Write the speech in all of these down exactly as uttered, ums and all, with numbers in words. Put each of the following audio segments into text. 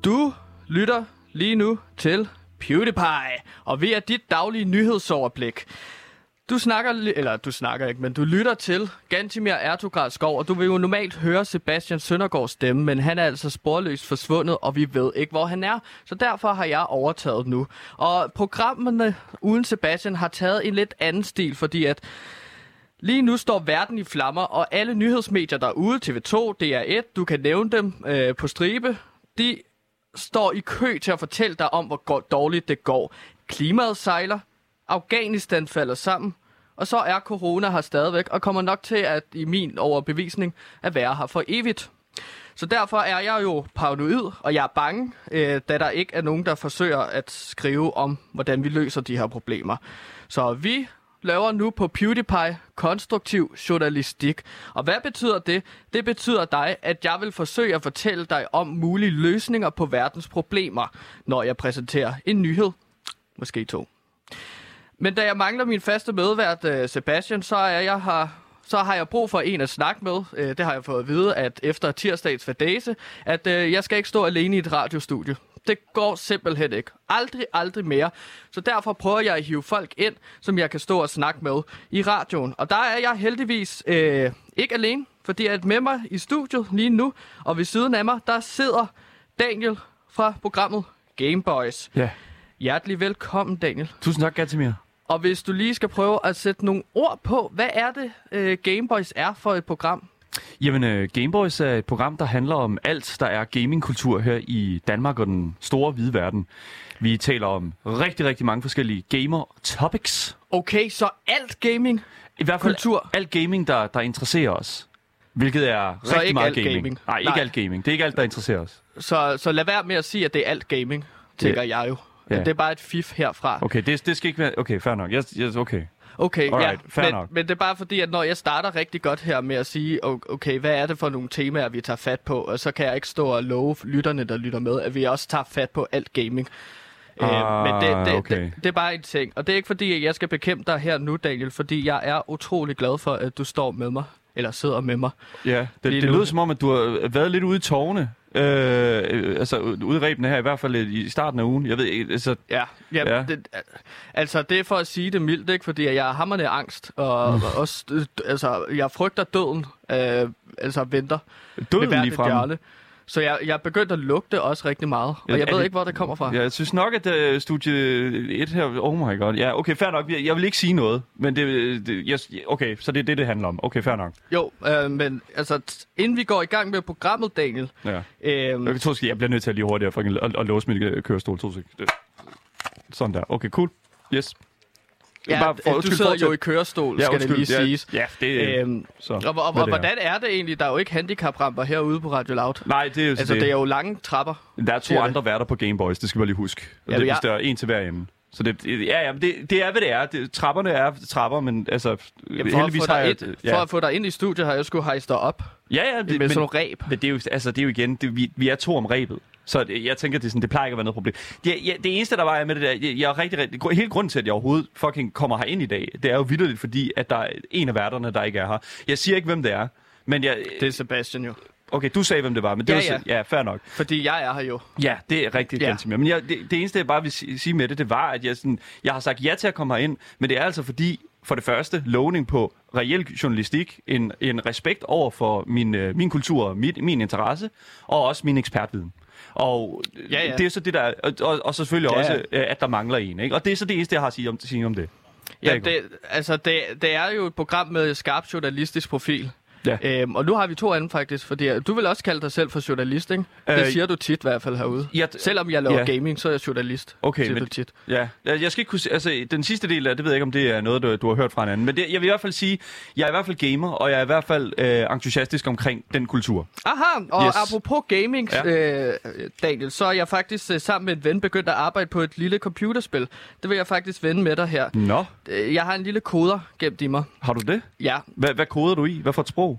Du lytter lige nu til PewDiePie, og vi er dit daglige nyhedsoverblik. Du snakker, eller du snakker ikke, men du lytter til Gantimir Ertugrad Skov, og du vil jo normalt høre Sebastian Søndergaards stemme, men han er altså sporløst forsvundet, og vi ved ikke, hvor han er. Så derfor har jeg overtaget nu. Og programmerne uden Sebastian har taget en lidt anden stil, fordi at lige nu står verden i flammer, og alle nyhedsmedier derude, T V to, D R et, du kan nævne dem øh, på stribe, de står i kø til at fortælle dig om, hvor dårligt det går. Klimaet sejler, Afghanistan falder sammen, og så er corona her stadigvæk, og kommer nok til at, i min overbevisning, at være her for evigt. Så derfor er jeg jo paranoid, og jeg er bange, øh, da der ikke er nogen, der forsøger at skrive om, hvordan vi løser de her problemer. Så vi laver nu på PewDiePie konstruktiv journalistik. Og hvad betyder det? Det betyder dig, at jeg vil forsøge at fortælle dig om mulige løsninger på verdens problemer, når jeg præsenterer en nyhed. Måske to. Men da jeg mangler min faste medvært, Sebastian, så er jeg her, så har jeg brug for en at snakke med. Det har jeg fået at vide, at efter tirsdags fadese, at jeg skal ikke stå alene i et radiostudie. Det går simpelthen ikke. Aldrig, aldrig mere. Så derfor prøver jeg at hive folk ind, som jeg kan stå og snakke med i radioen. Og der er jeg heldigvis øh, ikke alene, fordi at med mig i studiet lige nu, og ved siden af mig, der sidder Daniel fra programmet Gameboys. Ja. Hjertelig velkommen, Daniel. Tusind tak, Gantimir. Og hvis du lige skal prøve at sætte nogle ord på, hvad er det, øh, Gameboys er for et program? Jamen, uh, Gameboys er et program, der handler om alt, der er gamingkultur her i Danmark og den store hvide verden. Vi taler om rigtig, rigtig mange forskellige gamer-topics. Okay, så alt gaming? I hvert fald kultur. alt gaming, der, der interesserer os. Hvilket er så rigtig meget gaming. gaming. Nej, ikke Nej. alt gaming. Det er ikke alt, der interesserer os. Så, så lad være med at sige, at det er alt gaming, tænker yeah. jeg jo. Ja. Det er bare et fif herfra. Okay, det, det skal ikke være... Okay, fair nok. Yes, yes, okay. Okay, Alright, ja, men, nok. men det er bare fordi, at når jeg starter rigtig godt her med at sige, okay, hvad er det for nogle temaer, vi tager fat på, og så kan jeg ikke stå og love lytterne, der lytter med, at vi også tager fat på alt gaming. Ah, øh, men det, det, okay. det, det er bare en ting, og det er ikke fordi, at jeg skal bekæmpe dig her nu, Daniel, fordi jeg er utrolig glad for, at du står med mig, eller sidder med mig. Ja, det, det lyder som om, at du har været lidt ude i tårne. Øh, altså udrebene her, i hvert fald i starten af ugen. Jeg ved ikke, altså... Ja, ja, ja. Det, altså det er for at sige det mildt, ikke? Fordi jeg har hamrende angst, og mm. også, altså, jeg frygter døden, øh, altså venter. Døden lige fremme. Så jeg, jeg er begyndt at lugte også rigtig meget, og ja, jeg ved det, ikke, hvor det kommer fra. Ja, jeg synes nok, at uh, studie et her... Oh my god. Ja, okay, fair nok. Jeg, jeg vil ikke sige noget, men det... det jeg, okay, så det er det, det handler om. Okay, fair nok. Jo, øh, men altså, t- inden vi går i gang med programmet, Daniel... Ja. Øh, jeg, tror, jeg bliver nødt til at lige hurtigt at, at, at låse mit kørestol. To sekunder. Sådan der. Okay, cool. Yes. Ja, bare for, du sidder jo i kørestol, ja, skal det lige ja, siges. Ja, det er... Øhm, så, og og, og det hvordan er. er det egentlig? Der er jo ikke handicapramper herude på Radio Loud. Nej, det er jo altså, det. det er jo lange trapper. Der er to andre værter på Gameboys, det skal man lige huske. Og ja, det, hvis der er en til hver ende. Så det, ja, ja, det, det er, hvad det er. Det, trapperne er trapper, men altså... Jamen, for, heldigvis at har jeg, et, ja. for at få dig ind i studiet, har jeg skulle hejse dig op. Ja, ja. Det, med men, sådan nogle ræb. Men det er jo, altså, det er jo igen... Det, vi, vi er to om ræbet. Så det, jeg tænker, det, er sådan, det plejer ikke at være noget problem. Det, ja, det eneste, der var med det der... Jeg, jeg er rigtig, rigtig, hele grunden til, at jeg overhovedet fucking kommer her ind i dag, det er jo vitterligt, fordi at der er en af værterne, der ikke er her. Jeg siger ikke, hvem det er, men jeg... Det er Sebastian jo. Okay, du sagde, hvem det var, men det ja, var... Ja. ja, fair nok. Fordi jeg er her jo. Ja, det er rigtigt, ja. Gantimir. Men jeg, det, det eneste, jeg bare vil sige med det, det var, at jeg, sådan, jeg har sagt ja til at komme her ind, men det er altså fordi, for det første, lovning på reel journalistik, en, en respekt over for min, øh, min kultur og min, min interesse, og også min ekspertviden. Og ja, ja. det er så det der, og, og, og selvfølgelig ja. også, at der mangler en, ikke? Og det er så det eneste, jeg har at sige om, at sige om det. Ja, det, altså det, det er jo et program med skarp journalistisk profil. Ja. Øhm, og nu har vi to andre faktisk, fordi du vil også kalde dig selv for journalist, ikke? Det øh, siger du tit i hvert fald herude. Ja, d- Selvom jeg laver ja. gaming, så er jeg journalist. Okay, siger men, du tit. Ja, jeg skal ikke kunne... Altså, den sidste del af det ved jeg ikke, om det er noget, du, du har hørt fra en anden. Men det, jeg vil i hvert fald sige, jeg er i hvert fald gamer, og jeg er i hvert fald øh, entusiastisk omkring den kultur. Aha, og yes. apropos gaming, ja. øh, Daniel, så er jeg faktisk øh, sammen med en ven begyndt at arbejde på et lille computerspil. Det vil jeg faktisk vende med dig her. Nå. Jeg har en lille koder gemt i mig. Har du det? Ja. Hva, hvad koder du i? Hvad for et sprog?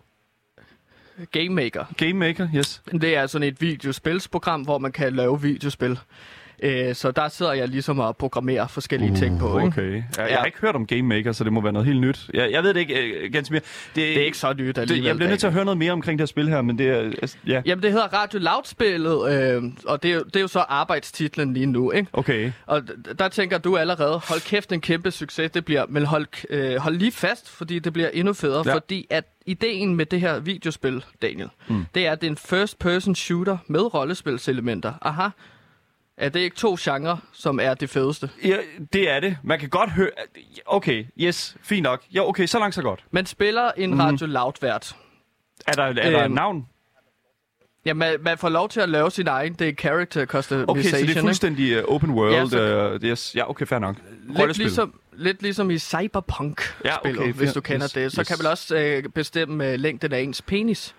Game Maker. Game Maker, yes. Det er sådan et videospilsprogram, hvor man kan lave videospil. Øh, så der sidder jeg ligesom og programmerer forskellige uh, ting på. Ikke? Okay. Jeg, jeg ja. har ikke hørt om Game Maker, så det må være noget helt nyt. Jeg, jeg ved det ikke uh, ganske mere. Det, det er ikke så nyt alligevel. Det, jeg bliver nødt til at høre noget mere omkring det her spil her, men det er... Altså, ja. Jamen, det hedder Radio Loud-spillet, øh, og det er, det er jo så arbejdstitlen lige nu, ikke? Okay. Og d- der tænker du allerede, hold kæft, en kæmpe succes det bliver, men hold, øh, hold lige fast, fordi det bliver endnu federe, ja. Fordi at ideen med det her videospil, Daniel, mm. det er, at det er en first-person shooter med rollespilselementer. Aha. Er det ikke to genrer, som er det fedeste? Ja, det er det. Man kan godt høre... Okay, yes, fint nok. Ja, okay, så langt så godt. Man spiller en mm. Radio Loud-vært. Er der, er der øhm, et navn? Ja, man, man får lov til at lave sin egen, det er character customization. Okay, så det er fuldstændig uh, open world. Ja, så, uh, yes. Ja, okay, fair nok. Lidt ligesom, lidt ligesom i Cyberpunk-spillet, ja, okay, hvis du kender yes, det. Så yes. kan man også øh, bestemme uh, længden af ens penis.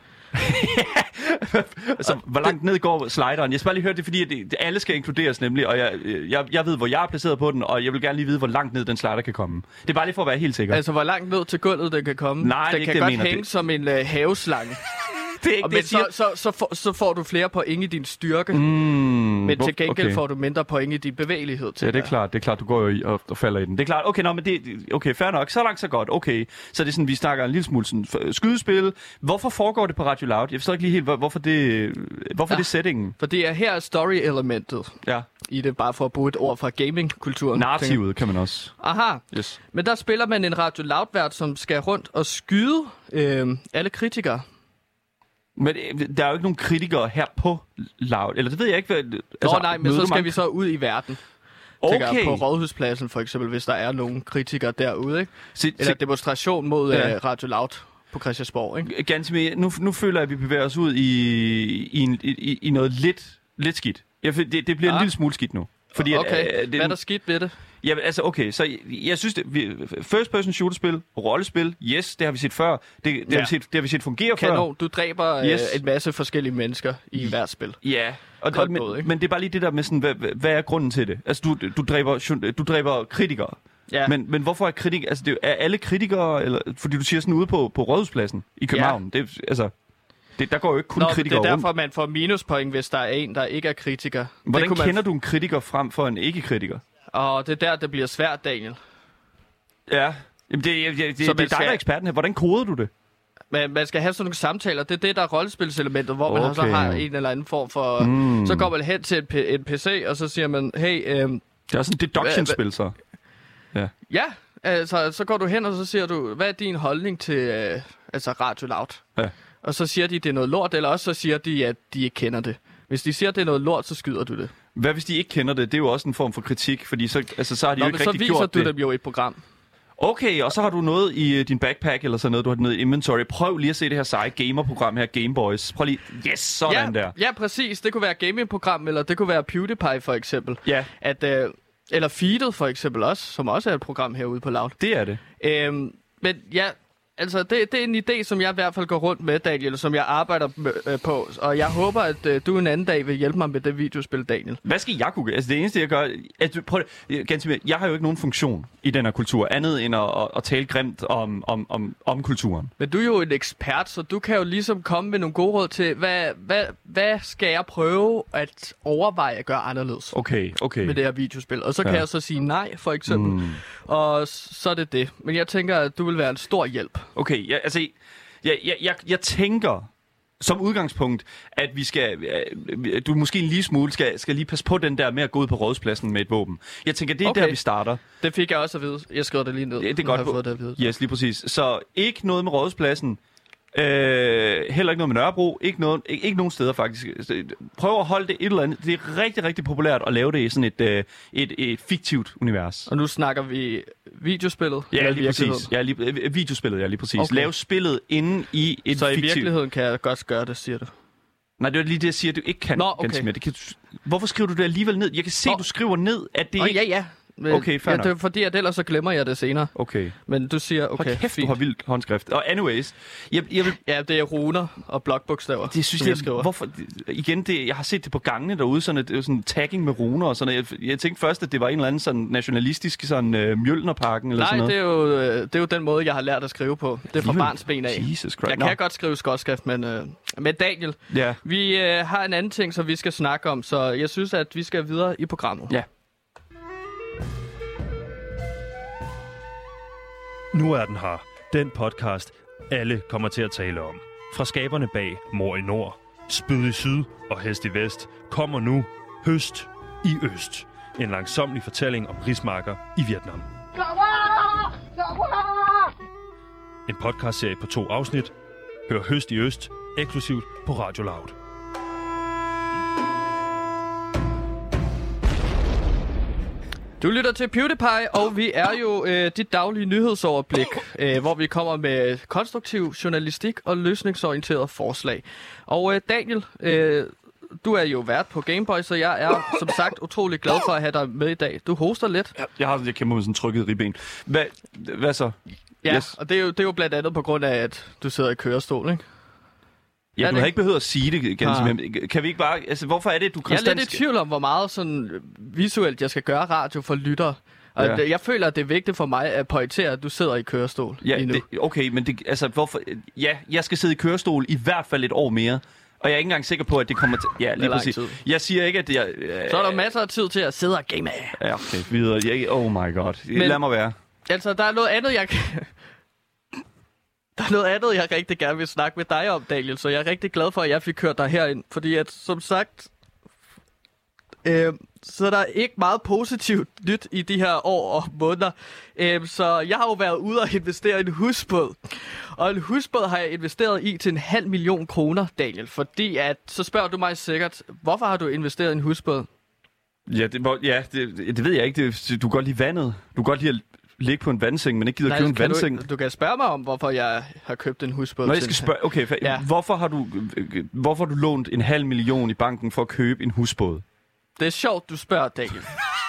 Altså, hvor langt ned går slideren? Jeg skal bare lige høre det, fordi det, alle skal inkluderes nemlig, og jeg, jeg, jeg ved, hvor jeg er placeret på den, og jeg vil gerne lige vide, hvor langt ned den slider kan komme. Det er bare lige for at være helt sikker. Altså, hvor langt ned til gulvet den kan komme? Nej, den det kan det, godt mener, hænge det. som en uh, haveslange. Det er ikke og det, men så, så, så, får, så får du flere point i din styrke, mm, men til gengæld okay. får du mindre point i din bevægelighed. Ja, det er klart, det er klart, du går jo i og, og falder i den. Det er klart, okay, nå, men det, okay, fair nok, så langt så godt, okay. Så det er sådan, vi snakker en lille smule sådan, skydespil. Hvorfor foregår det på Radio Loud? Jeg forstår ikke lige helt, hvor, hvorfor det, hvorfor ja, det er settingen? Fordi her er story-elementet ja. i det, bare for at bruge et ord fra gaming-kulturen. Narrativet kan man også. Aha, yes. Men der spiller man en Radio Loud-vært, som skal rundt og skyde øh, alle kritikere. Men der er jo ikke nogen kritikere her på Loud, eller det ved jeg ikke. Hvad, Nå altså, nej, men så skal man... vi så ud i verden. Okay. Tænker, på Rådhuspladsen for eksempel, hvis der er nogen kritikere derude, ikke? Se, eller se... demonstration mod ja. uh, Radio Loud på Christiansborg, ikke? Ganske mere. Nu, nu føler jeg, at vi bevæger os ud i, i, en, i, i noget lidt, lidt skidt. Ja, det, det bliver ja. en lille smule skidt nu. Fordi okay, at, uh, det, hvad er der skidt ved det? Ja, altså okay, så jeg, jeg synes, det, vi, first person shooterspil, rollespil, yes, det har vi set før. Det, det, ja. har, vi set, det har vi set fungere før. Kanon, du dræber yes. øh, en masse forskellige mennesker i I, hvert spil. Ja, og, og, men, måde, men det er bare lige det der med sådan, hvad, hvad er grunden til det? Altså, du, du, dræber, du dræber kritikere. Ja. Men, men hvorfor er kritikere, altså det, er alle kritikere, eller, fordi du siger sådan ude på, på Rådhuspladsen i København, ja. det altså... Det, der går jo ikke kun Nå, kritikere det er derfor, rundt. man får minuspoint, hvis der er en, der ikke er kritiker. Hvordan kender man... du en kritiker frem for en ikke-kritiker? Og det er der, det bliver svært, Daniel. Ja, Jamen, det, det, det, det er dig, skal... der er eksperten her. Hvordan koder du det? Man, man skal have sådan nogle samtaler. Det er det, der er rollespilselementet, hvor okay. man så har en eller anden form for... Mm. Så går man hen til en, p- en P C, og så siger man, hey... Øhm, det er sådan et deduction-spil, så. Ja. Ja, altså, så går du hen, og så siger du, hvad er din holdning til øh, altså Radio Loud? Ja. Og så siger de, det er noget lort, eller også så siger de, at de ikke kender det. Hvis de siger, at det er noget lort, så skyder du det. Hvad hvis de ikke kender det? Det er jo også en form for kritik, fordi så, altså, så har de Nå, jo ikke rigtig gjort det. så viser du det. dem jo i et program. Okay, og så har du noget i din backpack, eller sådan noget, du har noget i inventory. Prøv lige at se det her seje gamerprogram her, Gameboys. Prøv lige, yes, sådan ja, der. Ja, præcis. Det kunne være gamingprogram, eller det kunne være PewDiePie for eksempel. Ja. At, øh, eller Feedet for eksempel også, som også er et program herude på Loud. Det er det. Øhm, men ja... Altså, det, det er en idé, som jeg i hvert fald går rundt med, Daniel, som jeg arbejder med, øh, på. Og jeg håber, at øh, du en anden dag vil hjælpe mig med det videospil, Daniel. Hvad skal jeg kunne gøre? Altså, det eneste, jeg gør... Altså, prøv det. Jeg har jo ikke nogen funktion i den her kultur, andet end at, at, at tale grimt om, om, om, om kulturen. Men du er jo en ekspert, så du kan jo ligesom komme med nogle gode råd til, hvad, hvad, hvad skal jeg prøve at overveje at gøre anderledes okay, okay. med det her videospil? Og så kan ja. jeg så sige nej, for eksempel. Mm. Og så er det det. Men jeg tænker, at du vil være en stor hjælp. Okay, jeg, altså, jeg, jeg, jeg, jeg tænker som udgangspunkt, at vi skal, du måske en lille smule skal, skal lige passe på den der med at gå ud på rådspladsen med et våben. Jeg tænker, det er okay. Der, vi starter. Det fik jeg også at vide. Jeg skriver det lige ned. Det, det er godt. Fået det at vide. Yes, lige præcis. Så ikke noget med rådspladsen. Øh, heller ikke noget med Nørrebro, ikke, noget, ikke, ikke nogen steder faktisk. Prøv at holde det et eller andet. Det er rigtig, rigtig populært at lave det i sådan et, et, et, et fiktivt univers. Og nu snakker vi videospillet? Ja, lige præcis. Ja, lige, videospillet, ja, lige præcis. Okay. Lav spillet inde i et Så fiktivt... i virkeligheden kan jeg godt gøre det, siger du? Nej, det er lige det, jeg siger, at du ikke kan. Nå, okay. Det kan, hvorfor skriver du det alligevel ned? Jeg kan se, at du skriver ned, at det oh, ikke... ja, ja. Men, Okay, fair ja, det er fordi, at ellers så glemmer jeg det senere. Okay. Men du siger, okay, Hold kæft, fint. du har vildt håndskrift. Og anyways, jeg, jeg vil... Ja, det er runer og blokbogstaver, Det synes jeg, jeg, skriver. hvorfor, igen, det, jeg har set det på gangene derude, sådan, det er sådan tagging med runer og sådan noget. Jeg, jeg tænkte først, at det var en eller anden sådan nationalistisk sådan uh, Mjølnerparken eller Nej, sådan noget. det er, jo, det er jo den måde, jeg har lært at skrive på. Det er fra Jamen, barns ben af. Jesus Christ. Jeg Nå. kan godt skrive skotskrift, men øh, med Daniel, Ja. vi øh, har en anden ting, som vi skal snakke om, så jeg synes, at vi skal videre i programmet. Ja. Nu er den her. Den podcast, alle kommer til at tale om. Fra skaberne bag Mor i Nord, Spyd i Syd og Hest i Vest kommer nu Høst i Øst. En langsomlig fortælling om rismarker i Vietnam. En podcastserie på to afsnit. Hør Høst i Øst eksklusivt på Radio Loud. Du lytter til PewDiePie, og vi er jo øh, dit daglige nyhedsoverblik, øh, hvor vi kommer med konstruktiv journalistik og løsningsorienteret forslag. Og øh, Daniel, øh, du er jo vært på Gameboy, så jeg er som sagt utrolig glad for at have dig med i dag. Du hoster lidt. Jeg har jeg kæmper med sådan trykket ribben. Hvad, hvad så? Ja, Yes. og det er, jo, det er jo blandt andet på grund af, at du sidder i kørestol, ikke? Ja, Er du det har ikke behøvet at sige det, Gansi, Ah. men kan vi ikke bare... Altså, hvorfor er det, du Jeg er konstant... lidt i tvivl om, hvor meget sådan visuelt jeg skal gøre radio for lyttere. Og Ja. ja. Jeg føler, at det er vigtigt for mig at pointere, at du sidder i kørestol Ja, lige nu. det, okay, men det, altså, hvorfor... Ja, jeg skal sidde i kørestol i hvert fald et år mere. Og jeg er ikke engang sikker på, at det kommer til... Ja, lige lang præcis. tid. Jeg siger ikke, at det er... Øh, Så er der masser af tid til at sidde og game af. Ja, okay, videre. Jeg, oh my god. Men, Men- Lad mig være. Altså, der er noget andet, jeg kan... Der er noget andet, jeg rigtig gerne vil snakke med dig om, Daniel, så jeg er rigtig glad for, at jeg fik kørt dig herind, fordi at, som sagt, øh, så er der ikke meget positivt nyt i de her år og måneder. Øh, så jeg har jo været ude og investere i en husbåd, og en husbåd har jeg investeret i til en halv million kroner, Daniel, fordi at, så spørger du mig sikkert, hvorfor har du investeret i en husbåd? Ja, det, må- ja det, det ved jeg ikke. Det, du kan godt lide vandet. Du kan godt lide at ligge på en vandseng, men ikke gider at købe en kan vandseng. du, du kan spørge mig om, hvorfor jeg har købt en husbåd. Nå, jeg til skal en- spørge, okay, fa- Ja. hvorfor har du øh, hvorfor har du lånt en halv million i banken for at købe en husbåd? Det er sjovt, du spørger, Daniel.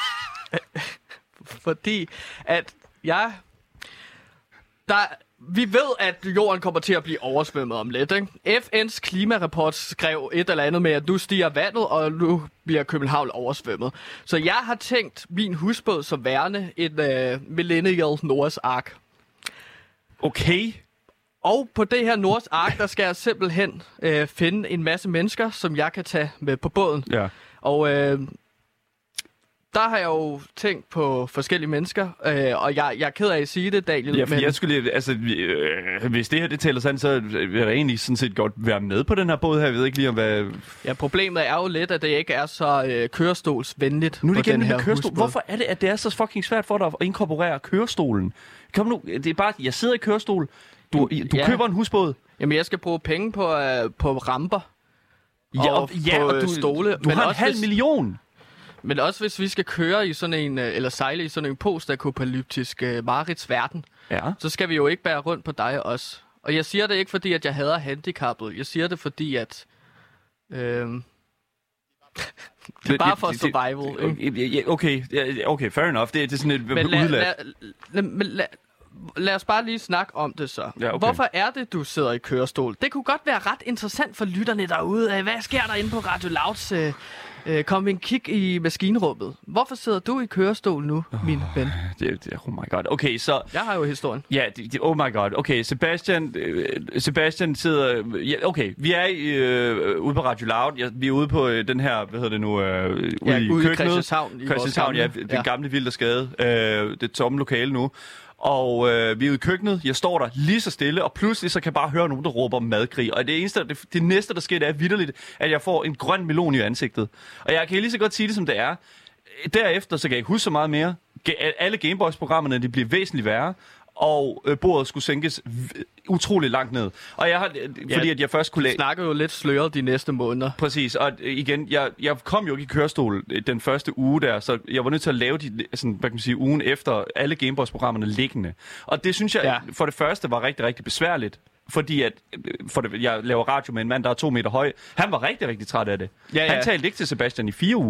Fordi at jeg... Der, vi ved, at jorden kommer til at blive oversvømmet om lidt. Ikke? F N's klimarapport skrev et eller andet med, at nu stiger vandet, og nu bliver København oversvømmet. Så jeg har tænkt min husbåd som værende en uh, millennial Noahs Ark. Okay. Og på det her Noahs Ark, der skal jeg simpelthen uh, finde en masse mennesker, som jeg kan tage med på båden. Ja. Og øh, der har jeg jo tænkt på forskellige mennesker, øh, og jeg, jeg er ked af at sige det, Daniel. Ja, for men jeg skulle lige, altså, øh, hvis det her det tæller sandt, så vil jeg egentlig sådan set godt være med på den her båd her. Jeg ved ikke lige om, hvad... ja, problemet er jo lidt, at det ikke er så øh, kørestolsvenligt Nu er det på igen den her med kørestol. husbåd. Hvorfor er det, at det er så fucking svært for dig at inkorporere kørestolen? Kom nu, det er bare, jeg sidder i kørestol. Du, du Ja. køber en husbåd. Jamen, jeg skal bruge penge på, øh, på ramper Ja, og, ja, på og øh, du, stole. du har en halv hvis, million. men også hvis vi skal køre i sådan en, øh, eller sejle i sådan en postapokalyptisk øh, Marits verden, Ja. så skal vi jo ikke bære rundt på dig også. Og jeg siger det ikke, fordi at jeg hader handicappet. Jeg siger det, fordi at... Øh, det er bare for survival, ikke? Okay, okay, okay, fair enough. Det, det er sådan et Men lad, udladt. lad, lad, lad, lad, lad os bare lige snakke om det så. Ja, okay. Hvorfor er det, du sidder i kørestol? Det kunne godt være ret interessant for lytterne derude. Hvad sker der inde på Radio Louds? Øh, øh, kom en kig i maskinrummet. Hvorfor sidder du i kørestol nu, oh, min ven? Det, det, oh my god. Okay, så... Jeg har jo historien. Ja, det, det, oh my god. Okay, Sebastian, øh, Sebastian sidder... Ja, okay, vi er øh, ude på Radio Loud. Ja, vi er ude på øh, den her, hvad hedder det nu, øh, ude Ja, i ude i køkkenet. Christianshavn. I vores Christianshavn, ja, gamle- det gamle vildt og skade. Øh, det tomme lokale nu. Og øh, vi er ude i køkkenet, jeg står der lige så stille, og pludselig så kan jeg bare høre nogen, der råber madkrig. Og det eneste, det, det næste, der sker, det er vitterligt, at jeg får en grøn melon i ansigtet. Og jeg kan lige så godt sige det, som det er. Derefter, så kan jeg ikke huske så meget mere. Ga- alle Gameboys-programmerne, de bliver væsentligt værre. Og øh, bordet skulle sænkes v- utrolig langt ned. Og jeg har, øh, fordi at jeg først kunne Vi lade... snakker jo lidt sløret de næste måneder. Præcis, og øh, igen, jeg, jeg kom jo ikke i kørestol øh, den første uge der, så jeg var nødt til at lave de, sådan, hvad kan man sige, ugen efter alle Gameboys-programmerne liggende. Og det synes jeg Ja. for det første var rigtig, rigtig besværligt, fordi at, øh, for det, jeg laver radio med en mand, der er to meter høj. Han var rigtig, rigtig træt af det. Ja, ja. Han talte ikke til Sebastian i fire uger.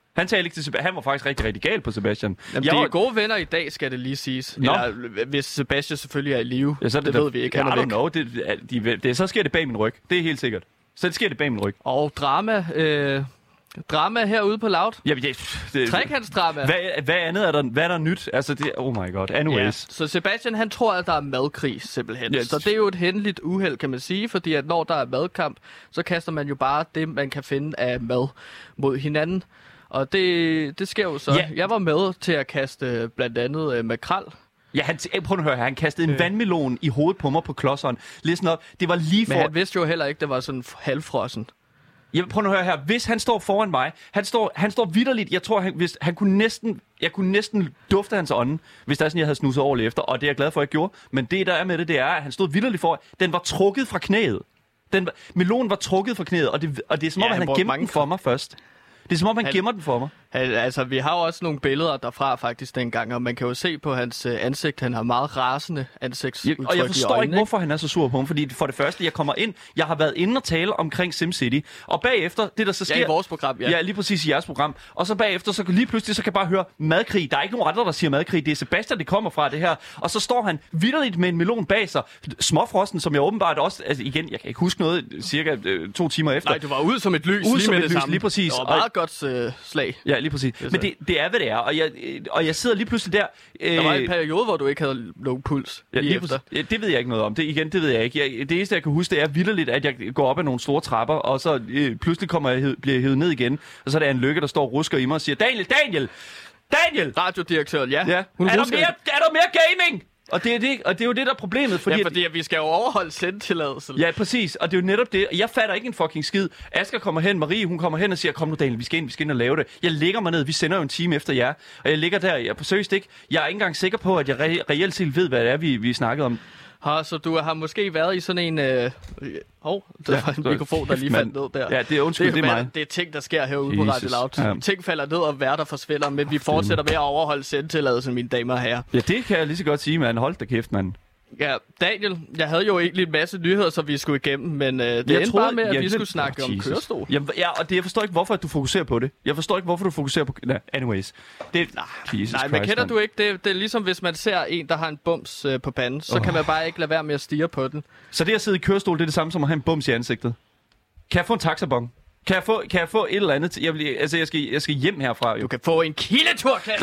Han talte ikke til Sebastian. Han var faktisk rigtig, rigtig gal på Sebastian. Jamen, jeg de er var... gode venner i dag, skal det lige siges. Eller, hvis Sebastian selvfølgelig er i live. Ja, så er det, det der... ved vi ikke. Han I er don't know. Det, de, de, så sker det bag min ryg. Det er helt sikkert. Så sker det bag min ryg. Og drama... Øh... Drama herude på Loud. Ja, det, det, Trekantsdrama. Hvad, hvad andet er der, hvad er der nyt? Altså, det, oh my god. Anyways. Ja. Så Sebastian, han tror, at der er madkrig, simpelthen. Ja, så det er jo et hændeligt uheld, kan man sige, fordi at når der er madkamp, så kaster man jo bare det, man kan finde af mad mod hinanden. Og det, det sker jo så. Ja. Jeg var med til at kaste blandt andet øh, makrel. Ja, han, prøv at høre her. Han kastede en øh. vandmelon i hovedet på mig på klodseren. Listen op. Det var lige for... Men han vidste jo heller ikke, det var sådan halvfrossen. Jeg prøv at høre her. Hvis han står foran mig, han står, han står vitterligt. Jeg tror, han, hvis, han kunne næsten, jeg kunne næsten dufte hans ånde, hvis der er sådan, jeg havde snuset ordentligt efter. Og det er jeg glad for, at jeg gjorde. Men det, der er med det, det er, at han stod vitterligt for. Den var trukket fra knæet. Den, melonen var trukket fra knæet, og det, og det er som om, ja, han, han gemte den for mig først. Det er som om, han, han gemmer den for mig. Han, altså, vi har jo også nogle billeder derfra faktisk dengang, og man kan jo se på hans øh, ansigt, han har meget rasende ansigtsudtryk i Og jeg forstår øjnene, ikke, hvorfor han er så sur på ham, fordi for det første, jeg kommer ind, jeg har været inde og tale omkring SimCity, og bagefter, det der så sker... Ja, i vores program, ja. Ja, lige præcis i jeres program. Og så bagefter, så lige pludselig, så kan jeg bare høre madkrig. Der er ikke nogen andre, der siger madkrig. Det er Sebastian, det kommer fra det her. Og så står han vitterligt med en melon bag sig. Småfrosten, som jeg åbenbart også... Altså igen, jeg kan ikke huske noget cirka øh, to timer efter. Nej, du var ud som et lys, ud lige som med et det lys, samme. lige præcis. Det var meget og... godt øh, slag. Ja, lige præcis. Men det, det er, hvad det er. Og jeg, og jeg sidder lige pludselig der... Øh... Der var en periode, hvor du ikke havde nogen puls. Ja, lige efter. Ja, det ved jeg ikke noget om. Det, igen, det ved jeg ikke. Jeg, det eneste, jeg kan huske, det er vitterligt, at jeg går op ad nogle store trapper, og så øh, pludselig kommer jeg, bliver jeg hævet ned igen. Og så er der en lykke, der står og rusker i mig og siger, Daniel, Daniel! Daniel! Radiodirektøren, ja. ja. Hun er, der mere, er der mere gaming? Og det, er det, og det er jo det, der er problemet. Fordi ja, fordi at vi skal jo overholde sendtilladelsen. Ja, præcis. Og det er jo netop det. Jeg fatter ikke en fucking skid. Asger kommer hen, Marie, hun kommer hen og siger, kom nu Daniel, vi skal ind, vi skal ind og lave det. Jeg lægger mig ned, vi sender jo en time efter jer. Og jeg ligger der, jeg forsøgst ikke. Jeg er ikke engang sikker på, at jeg re- reelt set ved, hvad det er, vi, vi snakkede om. Ha, så du har måske været i sådan en... Øh... Hov, der ja, var en mikrofon, der lige faldt ned der. Ja, det er undskyld, det er, det er mig. Det er ting, der sker herude Jesus. På Radio Loud. Ja. Ting falder ned, og værter forsvinder, men vi fortsætter med at overholde sendtilladelsen, mine damer og herrer. Ja, det kan jeg lige så godt sige, mand. Hold da kæft, mand. Ja, Daniel, jeg havde jo egentlig en masse nyheder, som vi skulle igennem, men øh, det endte troede, bare med, at ja, vi det, skulle snakke oh, om kørestol. Jamen, ja, og det, jeg forstår ikke, hvorfor du fokuserer på det. Jeg forstår ikke, hvorfor du fokuserer på... Nej, anyways. Det, nej, Jesus nej Christ, men kender man. du ikke det? Det er ligesom, hvis man ser en, der har en bums øh, på panden, så oh. kan man bare ikke lade være med at stirre på den. Så det at sidde i kørestol, det er det samme som at have en bums i ansigtet? Kan jeg få en taxabon? Kan jeg få, kan jeg få et eller andet? Jeg, vil, altså, jeg skal, jeg skal hjem herfra, jo. Du kan få en kildetur, Klaas.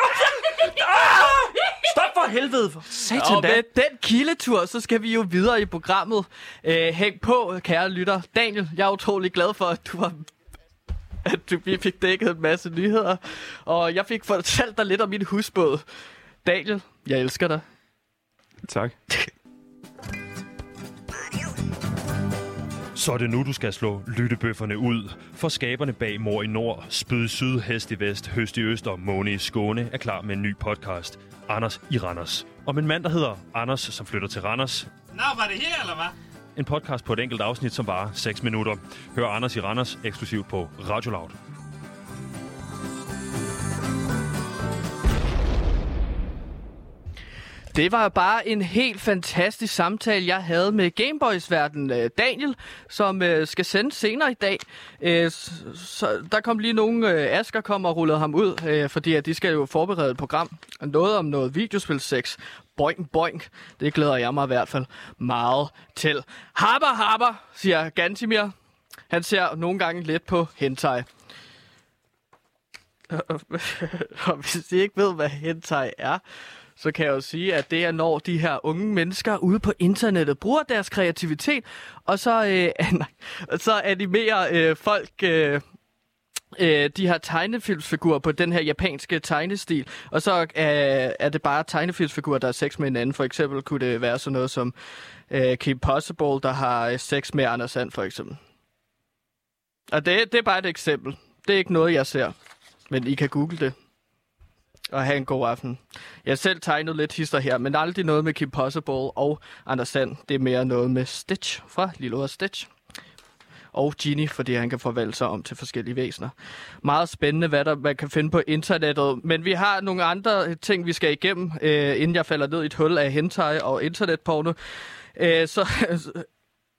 Stop for helvede! Satan og da. med den kildetur, så skal vi jo videre i programmet. Øh, hæng på, kære lytter. Daniel, jeg er utrolig glad for, at du var... at du fik dækket en masse nyheder. Og jeg fik fortalt dig lidt om min husbåd. Daniel, jeg elsker dig. Tak. Så er det nu, du skal slå lyttebøfferne ud. For skaberne bag Mor i Nord, Spyd i Syd, Hest i Vest, Høst i Øst og Måne i Skåne er klar med en ny podcast. Anders i Randers. Om en mand, der hedder Anders, som flytter til Randers. Nå, var det her, eller hvad? En podcast på et enkelt afsnit, som varer seks minutter. Hør Anders i Randers eksklusivt på Radio Loud. Det var bare en helt fantastisk samtale, jeg havde med Gameboys-verden Daniel, som øh, skal sende senere i dag. Øh, så der kom lige nogle, øh, Asger kom og rullede ham ud, øh, fordi at de skal jo forberede et program. Noget om noget videospilsex. Boing, boing. Det glæder jeg mig i hvert fald meget til. Habber, habber, siger Gantimir. Han ser nogle gange lidt på hentai. Og hvis I ikke ved, hvad hentai er, så kan jeg jo sige, at det er, når de her unge mennesker ude på internettet bruger deres kreativitet, og så, øh, så animerer øh, folk øh, øh, de her tegnefilmsfigurer på den her japanske tegnestil. Og så øh, er det bare tegnefilmsfigurer, der er sex med hinanden. For eksempel kunne det være sådan noget som øh, Kim Possible, der har sex med Anders Sand, for eksempel. Og det, det er bare et eksempel. Det er ikke noget, jeg ser. Men I kan google det. Og have en god aften. Jeg har selv tegnet lidt hister her, men aldrig noget med Kim Possible og Anders Sand. Det er mere noget med Stitch fra Lilo og Stitch. Og Genie, fordi han kan forvandle sig om til forskellige væsener. Meget spændende, hvad der man kan finde på internettet. Men vi har nogle andre ting, vi skal igennem, øh, inden jeg falder ned i et hul af hentai og internetporno. Øh, så...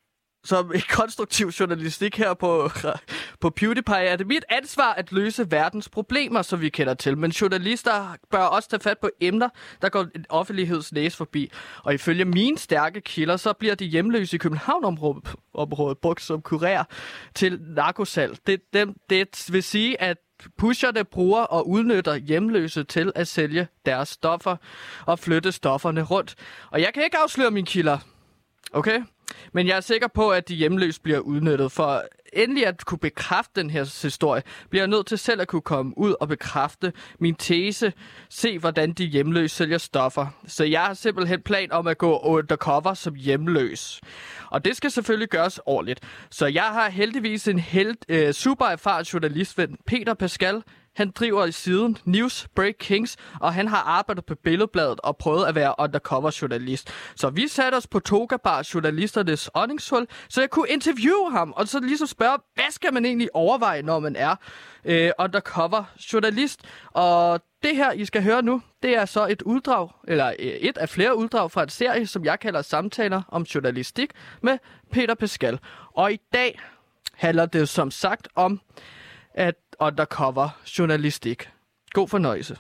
som en konstruktiv journalistik her på, på PewDiePie, er det mit ansvar at løse verdens problemer, som vi kender til. Men journalister bør også tage fat på emner, der går en offentlighedsnæse forbi. Og ifølge mine stærke kilder, så bliver de hjemløse i København-området brugt som kurér til narkosalg. Det, det, det vil sige, at pusherne bruger og udnytter hjemløse til at sælge deres stoffer og flytte stofferne rundt. Og jeg kan ikke afsløre mine kilder. Okay? Men jeg er sikker på, at de hjemløse bliver udnyttet. For endelig at kunne bekræfte den her historie, bliver jeg nødt til selv at kunne komme ud og bekræfte min tese. Se, hvordan de hjemløse sælger stoffer. Så jeg har simpelthen plan om at gå undercover som hjemløs. Og det skal selvfølgelig gøres ordentligt. Så jeg har heldigvis en helt øh, super erfaren journalistven, Peter Pascal. Han driver i siden News Break Kings, og han har arbejdet på Billedbladet og prøvet at være undercover journalist. Så vi satte os på Togabar, journalisternes åndingshul, så jeg kunne interviewe ham, og så ligesom spørge, hvad skal man egentlig overveje, når man er øh, undercover journalist? Og det her, I skal høre nu, det er så et uddrag, eller et af flere uddrag fra en serie, som jeg kalder Samtaler om journalistik med Peter Pascal. Og i dag handler det som sagt om at undercover journalistik. God fornøjelse.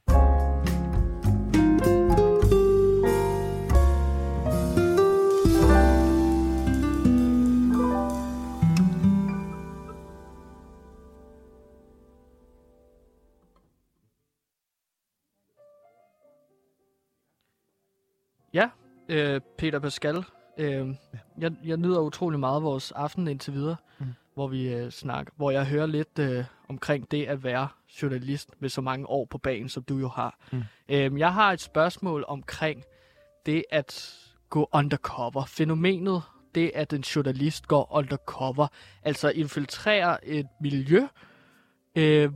Ja, øh, Peter Pascal. Øh, jeg, jeg nyder utrolig meget vores aften indtil videre. Mm. hvor vi øh, snakker, hvor jeg hører lidt øh, omkring det at være journalist med så mange år på bagen, som du jo har. Mm. Øhm, jeg har et spørgsmål omkring det at gå undercover. Fænomenet, det at en journalist går undercover, altså infiltrerer et miljø, øh,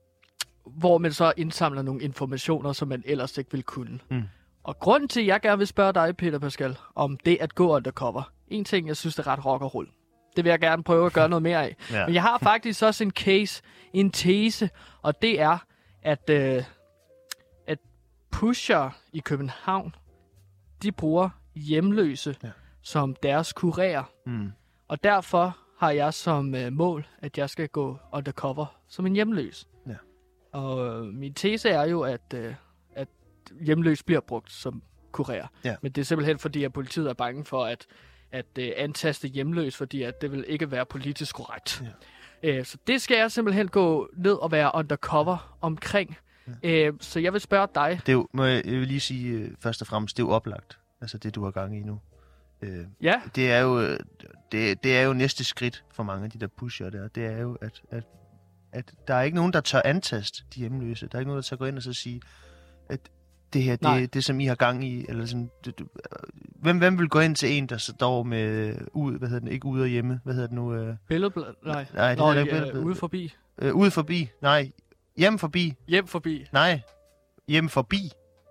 hvor man så indsamler nogle informationer, som man ellers ikke ville kunne. Mm. Og grunden til, at jeg gerne vil spørge dig, Peter Pascal, om det at gå undercover, en ting, jeg synes, det er ret rock og roll. Det vil jeg gerne prøve at gøre noget mere af. Ja. Men jeg har faktisk også en case, en tese, og det er, at, øh, at pusher i København, de bruger hjemløse ja. som deres kurér. Mm. Og derfor har jeg som øh, mål, at jeg skal gå undercover som en hjemløs. Ja. Og øh, min tese er jo, at, øh, at hjemløs bliver brugt som kurér. Ja. Men det er simpelthen fordi, at politiet er bange for, at at uh, antaste hjemløs, fordi at det vil ikke være politisk korrekt. Ja. Uh, så det skal jeg simpelthen gå ned og være undercover omkring. Ja. Uh, så jeg vil spørge dig. Det er jo, må jeg, jeg vil lige sige uh, først og fremmest, det er jo oplagt, altså det du har gang i nu. Uh, ja. Det er jo det, det er jo næste skridt for mange af de der pusher der. Det er jo at, at at der er ikke nogen der tør antaste de hjemløse. Der er ikke nogen der tør gå ind og så sige at det her, det, det som I har gang i, eller sådan, det, du, hvem, hvem vil gå ind til en, der står med, ud, hvad hedder den, ikke ude og hjemme, hvad hedder det nu? Øh? Billedblad, nej. Nej, det Nå, hedder ikke billedblad. Ude forbi. Øh, ude forbi, nej. Hjem forbi. Hjem forbi. Nej, hjem forbi.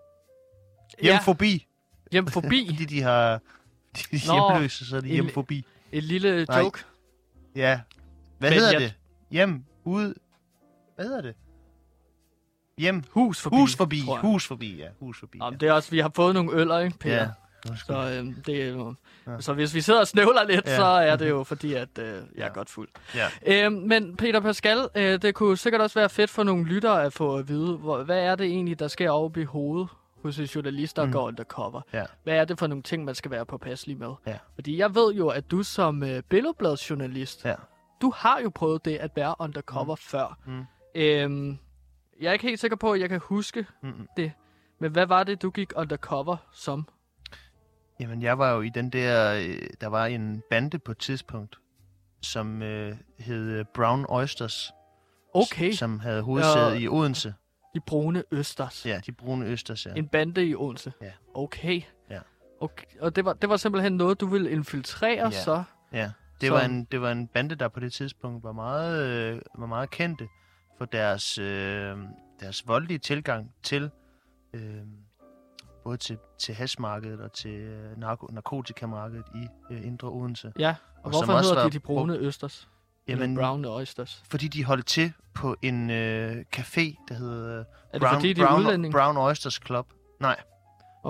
Hjem ja. forbi. Hjem forbi? Fordi de har, de er hjemløse, så er de hjem forbi. En lille nej. joke. Ja. Hvad Men hedder jeg... det? Hjem, ude, hvad hedder det? Hjem. Hus forbi. Hus forbi. Hus forbi, ja. Hus forbi. Jamen, det er også, vi har fået nogle øller, ikke, Peter? Ja. Så, øhm, det er jo... ja. Så hvis vi sidder og snøvler lidt, ja. så er det jo fordi, at øh, jeg ja. er godt fuld. Ja. Øhm, men Peter Pascal, øh, det kunne sikkert også være fedt for nogle lyttere at få at vide, hvor, hvad er det egentlig, der sker over i hovedet hos en journalist, der mm. går undercover? Ja. Hvad er det for nogle ting, man skal være påpasselig med? Ja. Fordi jeg ved jo, at du som øh, billedbladsjournalist, ja. du har jo prøvet det at være undercover mm. før. Mm. Øhm, Jeg er ikke helt sikker på, at jeg kan huske Mm-mm. det. Men hvad var det, du gik undercover som? Jamen, jeg var jo i den der... Der var en bande på et tidspunkt, som øh, hed Brown Oysters. Okay. Som havde hovedsæde i Odense. De brune østers. Ja, de brune østers, ja. En bande i Odense. Ja. Okay. Ja. Okay. Og det var, det var simpelthen noget, du ville infiltrere, ja. så? Ja, det var, en, det var en bande, der på det tidspunkt var meget, øh, var meget kendte for deres, øh, deres voldelige tilgang til øh, både til, til hashmarkedet og til øh, narko- narkotikamarkedet i øh, Indre Odense. Ja, og, og hvorfor hedder de de brune østers? Jamen, brown oysters. Fordi de holdt til på en øh, café, der hedder er det Brown, fordi, de Brown, Brown Oysters Club. Nej. Okay.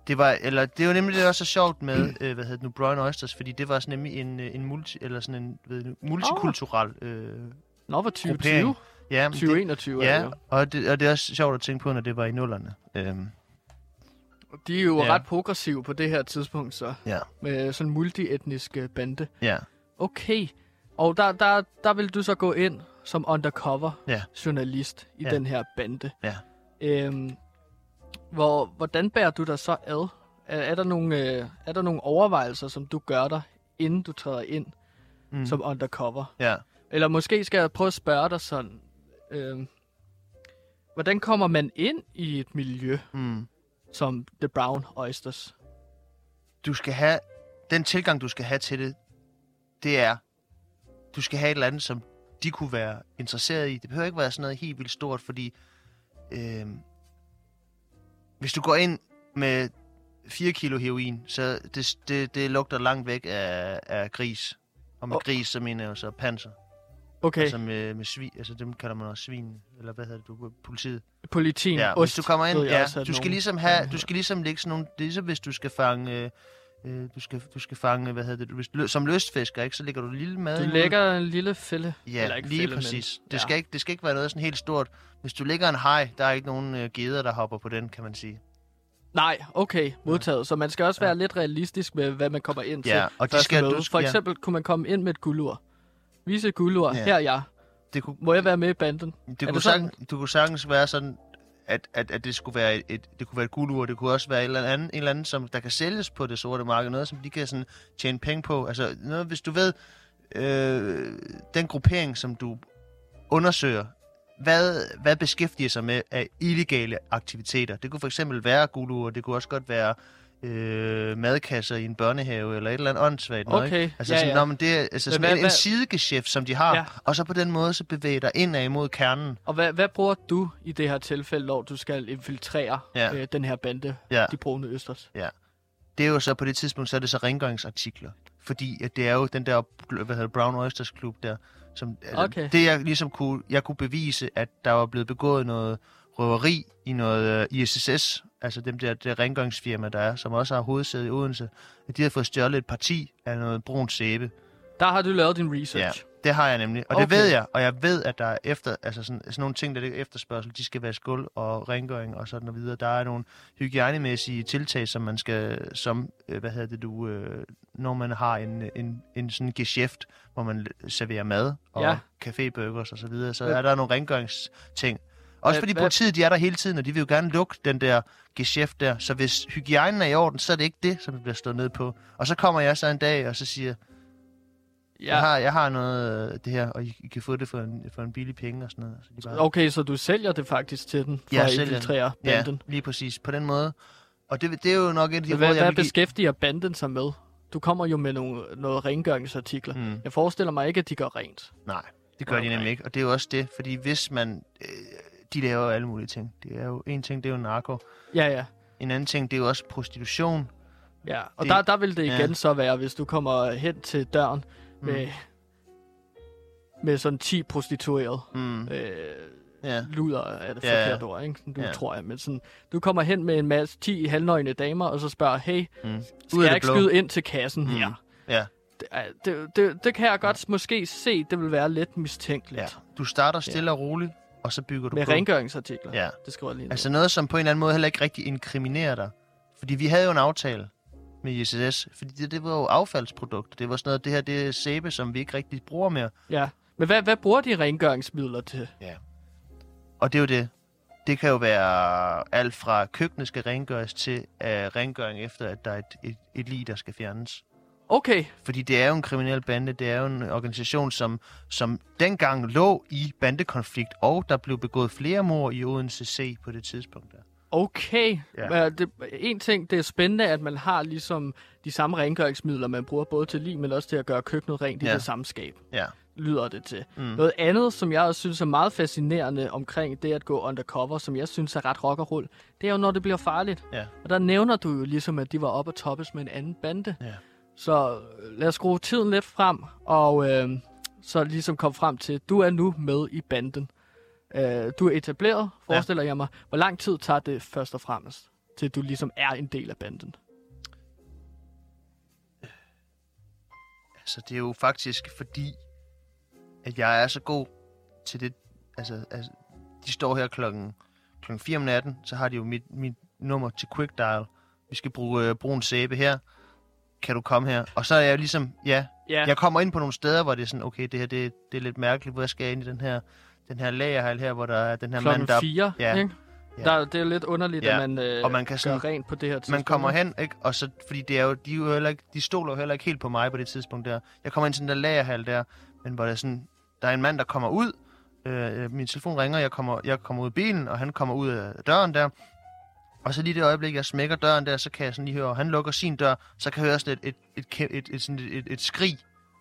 Det var, eller det var nemlig det, der var så sjovt med, øh, hvad hedder det nu, Brown Oysters, fordi det var sådan nemlig en, en multi, eller sådan en ved, du, multikulturel øh, Nå, var tyve tyve? gruppering. Ja, tyve enogtyve, ja, er det jo. og det, og det er også sjovt at tænke på, når det var i nullerne. Øhm, De er jo Ja. ret progressive på det her tidspunkt, så. ja, Med sådan en multietnisk øh, bande. ja, Okay. Og der, der, der vil du så gå ind som undercover Ja. journalist i Ja. den her bande. ja. Øhm, hvor, hvordan bærer du dig så ad? Er, er, der nogle, øh, er der nogle overvejelser, som du gør dig, inden du træder ind Mm. som undercover? ja. Eller måske skal jeg prøve at spørge dig sådan, øh, hvordan kommer man ind i et miljø Mm. som The Brown Oysters? Du skal have, den tilgang, du skal have til det, det er, du skal have et eller andet, som de kunne være interesseret i. Det behøver ikke være sådan noget helt vildt stort, fordi øh, hvis du går ind med fire kilo heroin, så det, det, det lugter langt væk af, af gris. Og med Oh. gris, så mener jeg jo så panser. Okay, Altså med, med svin, altså dem kalder man også svin, eller hvad hedder det, du, politiet. politin, Ja, ost, hvis du kommer ind, ved jeg ja, også, at du skal nogen- ligesom have, du skal ligesom lægge sådan nogle, det er ligesom hvis du skal fange, øh, øh, du skal, du skal fange, hvad hedder det, hvis, lø- som lystfisker, ikke, så lægger du en lille mad Du ind. lægger en lille fælde. Ja, Eller ikke lige fælde, præcis. Men, Det, skal ikke, det skal ikke være noget sådan helt stort. Hvis du lægger en haj, der er ikke nogen øh, geder, der hopper på den, kan man sige. Nej, okay, modtaget. Så man skal også være lidt realistisk med, hvad man kommer ind til. Ja, og de første skal- møde. du- For ja. eksempel kunne man komme ind med et guldur. Vise et guldur. Ja. Her er jeg. Det kunne, Må jeg være med i banden? det er kunne, det sådan? sagtens, det kunne sagtens være sådan, at, at, at det skulle være et, et, det kunne være et guldur, det kunne også være et eller andet, en eller anden, som der kan sælges på det sorte marked, noget, som de kan sådan tjene penge på. Altså, noget, hvis du ved, øh, den gruppering, som du undersøger, hvad, hvad beskæftiger sig med af illegale aktiviteter? Det kunne for eksempel være guldur, det kunne også godt være øh, madkasser i en børnehave, eller et eller andet åndssvagt noget, Okay, ikke? Altså, ja, sådan, ja. Nå, men det er altså Men sådan hvad- en, en hvad- sidegeschæft, som de har, Ja. ja. Og så på den måde, så bevæger dig indad imod kernen. Og hvad, hvad bruger du i det her tilfælde, når du skal infiltrere Ja. øh, den her bande, Ja. de brune østers? Det er jo så på det tidspunkt, så er det så rengøringsartikler. Fordi at det er jo den der, hvad hedder Brown Oysters Club der, som, altså, Okay. det jeg ligesom kunne, jeg kunne bevise, at der var blevet begået noget røveri i noget uh, I S S S, altså dem der, der rengøringsfirma, der er, som også har hovedsæde i Odense, at de har fået stjålet et parti af noget brun sæbe. Der har du lavet din Ja, research. det har jeg nemlig. Og Okay. det ved jeg, og jeg ved, at der er efter, altså sådan, sådan nogle ting, der er efterspørgsel, de skal være skuld og rengøring og sådan noget videre. Der er nogle hygiejnemæssige tiltag, som man skal, som, øh, hvad hedder det du, øh, når man har en, en, en sådan geschæft, hvor man serverer mad og Ja. caféburgers og så videre, så Hvad- er der nogle rengøringsting. Også Hvad- fordi hvad- politiet, de er der hele tiden, og de vil jo gerne lukke den der geschæft der. Så hvis hygiejnen er i orden, så er det ikke det, som det bliver stået ned på. Og så kommer jeg så en dag, og så siger, Ja. jeg, har, jeg har noget af det her, og I, I kan få det for en, for en billig penge og sådan noget. Så de bare, Okay, så du sælger det faktisk til den, for Jeg at sælger den. infiltrere ja, banden. lige præcis. På den måde. Og det, det er jo nok et af de Men hvad, råd, jeg hvad vil give. beskæftiger banden sig med? Du kommer jo med nogle, noget rengøringsartikler. Mm, Jeg forestiller mig ikke, at de gør rent. nej, det gør Okay. de nemlig ikke. Og det er jo også det, fordi hvis man... Øh, de laver jo alle mulige ting. Det er jo en ting, det er jo narko. Ja, ja. En anden ting, det er jo også prostitution. ja. Og Det- der, der vil det igen ja. så være, hvis du kommer hen til døren Mm. med, med sådan ti prostituerede. Mm, Øh, ja. luder er det Ja, ja. forkert ord, ikke? Du Ja. tror jeg. Men sådan, du kommer hen med en masse ti halvnøgne damer, og så spørger, hey, Mm. skal Ud af jeg det ikke blå. skyde ind til kassen Mm. her? Ja. Det, er- det, det, det kan jeg godt måske se, det vil være lidt mistænkeligt. Ja. Du starter stille og roligt, og så bygger du Med på. rengøringsartikler. Ja. Det skriver jeg lige ned. Altså noget, som på en eller anden måde heller ikke rigtig inkriminerer dig. Fordi vi havde jo en aftale med I S S S, fordi det, det var jo affaldsprodukter. Det var sådan noget, det her det er sæbe, som vi ikke rigtig bruger mere. Ja. Men hvad, hvad bruger de rengøringsmidler til? Og det er jo det. Det kan jo være alt fra køkkenet skal rengøres til uh, rengøring efter, at der er et, et, et lig, der skal fjernes. Okay, Fordi det er jo en kriminel bande, det er jo en organisation, som, som dengang lå i bandekonflikt, og der blev begået flere mord i Odense C på det tidspunkt der. okay. Ja. Ja. Det, en ting, det er spændende, at man har ligesom de samme rengøringsmidler, man bruger både til lig, men også til at gøre køkkenet rent i Ja. det samme skab. Ja. Lyder det til. Mm. Noget andet, som jeg også synes er meget fascinerende omkring det at gå undercover, som jeg synes er ret rock og roll, det er jo, når det bliver farligt. Ja. Og der nævner du jo ligesom, at de var oppe at toppes med en anden bande. Ja. Så øh, lad os skrue tiden lidt frem, og øh, så ligesom komme frem til, du er nu med i banden. Øh, du er etableret, forestiller ja. jeg mig. Hvor lang tid tager det først og fremmest? til du ligesom er en del af banden? Altså, det er jo faktisk fordi, at jeg er så god til det. Altså, altså de står her klokken, klokken fire om natten, så har de jo mit, mit nummer til Quick Dial. Vi skal bruge øh, brun sæbe her. Kan du komme her? Og så er jeg ligesom, ja, yeah. jeg kommer ind på nogle steder, hvor det er sådan, okay, det her, det, det er lidt mærkeligt, hvor jeg skal ind i den her, den her lagerhal her, hvor der er den her klokken mand, der... fire, ja, ikke? Ja. Der, det er lidt underligt, ja. at man, øh, og man kan sådan, gør rent på det her tidspunkt. Man kommer hen, ikke? Og så, fordi det er jo, de, er jo heller ikke, de stoler jo heller ikke helt på mig på det tidspunkt der. Jeg kommer ind til den der lagerhal der, men hvor der er sådan, der er en mand, der kommer ud. Øh, min telefon ringer, jeg kommer, jeg kommer ud af bilen, og han kommer ud af døren der. Og så lige det øjeblik, jeg smækker døren der, så kan jeg sådan lige høre, han lukker sin dør, så kan jeg høre sådan et, et, et, et, et, et, sådan et, et, et skrig.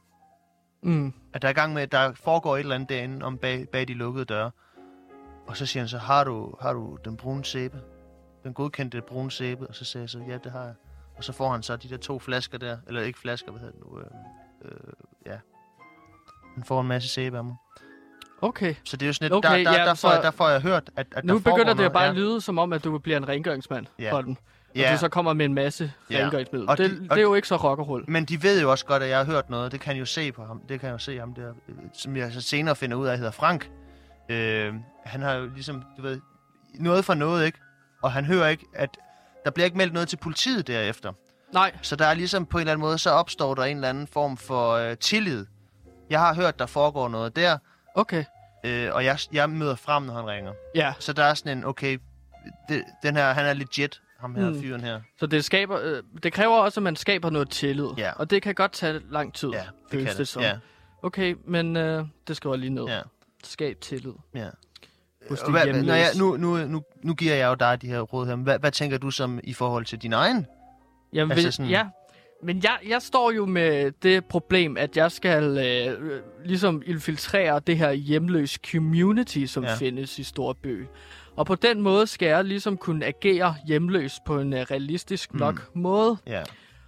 Mm. At der er i gang med, der foregår et eller andet derinde om bag, bag de lukkede døre. Og så siger han så, har du, har du den brune sæbe? Den godkendte brune sæbe? Og så siger jeg så, ja, det har jeg. Og så får han så de der to flasker der, eller ikke flasker, hvad hedder det nu? Øh, øh, ja. Han får en masse sæbe af mig. Okay. Så det er jo sådan et, okay, der, der, ja, der, får, så... jeg, der får jeg hørt, at, at nu der begynder det noget, bare ja. at lyde som om, at du bliver en rengøringsmand ja. for den. Og ja. du så kommer med en masse ja. rengøringsmiddel. Og det, de, det er jo ikke så rock og roll. Men de ved jo også godt, at jeg har hørt noget. Det kan jeg jo se på ham. Det kan jeg jo se ham der, som jeg så senere finder ud af, hedder Frank. Øh, han har jo ligesom, du ved, noget for noget, ikke? Og han hører ikke, at der bliver ikke meldt noget til politiet derefter. Nej. Så der er ligesom på en eller anden måde, så opstår der en eller anden form for øh, tillid. Jeg har hørt, der foregår noget der. Okay. Øh, og jeg, jeg møder frem, når han ringer. Ja. Så der er sådan en, okay, det, den her, han er legit, ham her mm. fyren her. Så det skaber, øh, det kræver også, at man skaber noget tillid. Ja. Og det kan godt tage lang tid, ja, det føles kan det som. Ja. Okay, men øh, det skal jeg lige ned. Ja. Skab tillid. Ja. Hos de Hvad, når jeg, hjemløse. nu, nu, nu, nu giver jeg jo dig de her råd her. Hvad, hvad tænker du som i forhold til din egen? Jamen, altså vil, sådan... ja, men jeg, jeg står jo med det problem, at jeg skal øh, ligesom infiltrere det her hjemløse community, som ja. findes i Storby. Og på den måde skal jeg ligesom kunne agere hjemløs på en uh, realistisk mm. nok måde. Ja.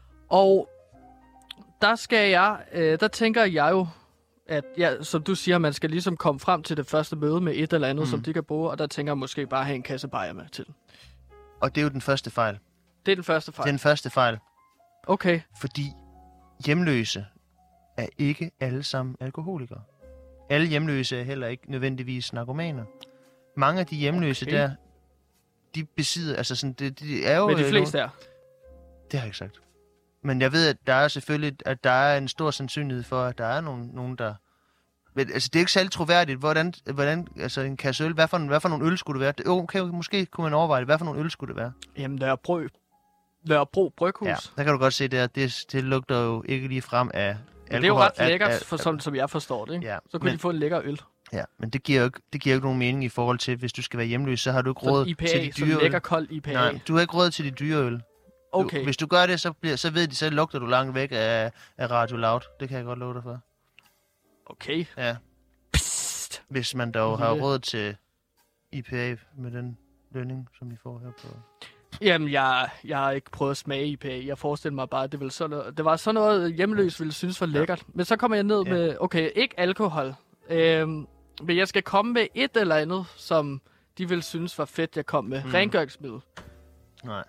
Og der skal jeg, øh, der tænker jeg jo, at ja, som du siger, man skal ligesom komme frem til det første møde med et eller andet, mm. som de kan bruge, og der tænker jeg måske bare have en kasse bajer med til. Og det er jo den første fejl. Det er den første fejl? Det er den første fejl. Okay. Fordi hjemløse er ikke alle sammen alkoholikere. Alle hjemløse er heller ikke nødvendigvis narkomaner. Mange af de hjemløse okay. der, de besidder, altså sådan, det, de er jo... Men de fleste er? Det har jeg ikke sagt. Men jeg ved, at der er selvfølgelig, at der er en stor sandsynlighed for, at der er nogen, nogen der... Men, altså, det er ikke særlig troværdigt. Hvordan, hvordan altså en kasse øl, hvad for, hvad for nogle øl skulle det være? Jo, okay, måske kunne man overveje det. Hvad for nogle øl skulle det være? Jamen, der er brød. Nørrebro Bryghus. Ja, der kan du godt se, det, det, det lugter jo ikke lige frem af alkohol. Det er jo ret lækkert, af, for sådan som jeg forstår det. Ikke? Ja, så kunne men, de få en lækker øl. Ja, men det giver jo ikke, det giver jo ikke nogen mening i forhold til, hvis du skal være hjemløs, så har du ikke råd I P A, til de dyre sådan lækker kold I P A. Nej, du har ikke råd til de dyre øl. Okay. Du, hvis du gør det, så, bliver, så ved de, så lugter du langt væk af, af Radio Loud. Det kan jeg godt love dig for. Okay. Ja. Psst. Hvis man dog har råd til I P A med den lønning, som I får her på... Jamen, jeg, jeg har ikke prøvet at smage I P A. Jeg forestiller mig bare, at det, sådan noget, det var sådan noget, hjemløs ville synes var lækkert. Ja. Men så kommer jeg ned ja. med, okay, ikke alkohol. Øhm, men jeg skal komme med et eller andet, som de ville synes var fedt, jeg kom med. Mm. Rengøringsmiddel. Nej.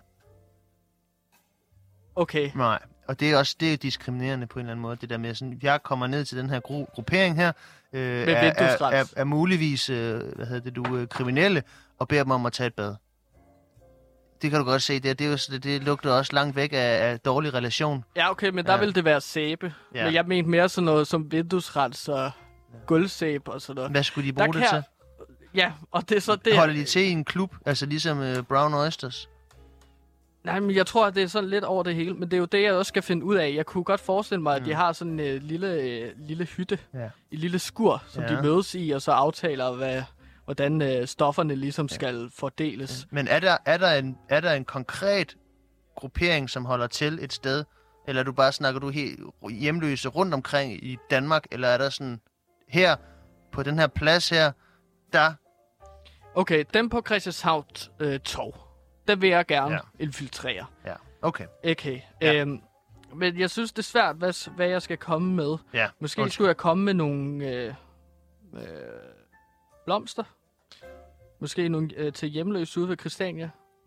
Okay. Nej, og det er også det er diskriminerende på en eller anden måde. Det der med, sådan, jeg kommer ned til den her gru- gruppering her, øh, er, er, er, er muligvis øh, hvad hedder det, du, øh, kriminelle, og beder dem om at tage et bad. Det kan du godt se, det, det, er jo, det, det lugter også langt væk af, af dårlig relation. Ja, okay, men der ja. vil det være sæbe. Ja. Men jeg mente mere sådan noget som vinduesrens og gulvsæbe og sådan noget. Hvad skulle de bruge der det til? Ja, og det er så det... Holder de til i en klub, altså ligesom uh, Brown Oysters? Nej, men jeg tror, at det er sådan lidt over det hele. Men det er jo det, jeg også skal finde ud af. Jeg kunne godt forestille mig, at de har sådan en uh, lille, uh, lille hytte. Ja. En lille skur, som ja. de mødes i, og så aftaler, hvad... hvordan øh, stofferne ligesom ja. skal fordeles. Men er der, er, der en, er der en konkret gruppering, som holder til et sted? Eller er du bare snakker du helt hjemløse rundt omkring i Danmark? Eller er der sådan her, på den her plads her, der... Okay, den på Christianshavn øh, Torv, den vil jeg gerne ja. infiltrere. Ja, okay. Okay. Ja. Øhm, men jeg synes, det er svært, hvad, hvad jeg skal komme med. Ja. Måske okay. skulle jeg komme med nogle øh, øh, blomster. Måske nogle øh, til hjemløse ude ved Christiania.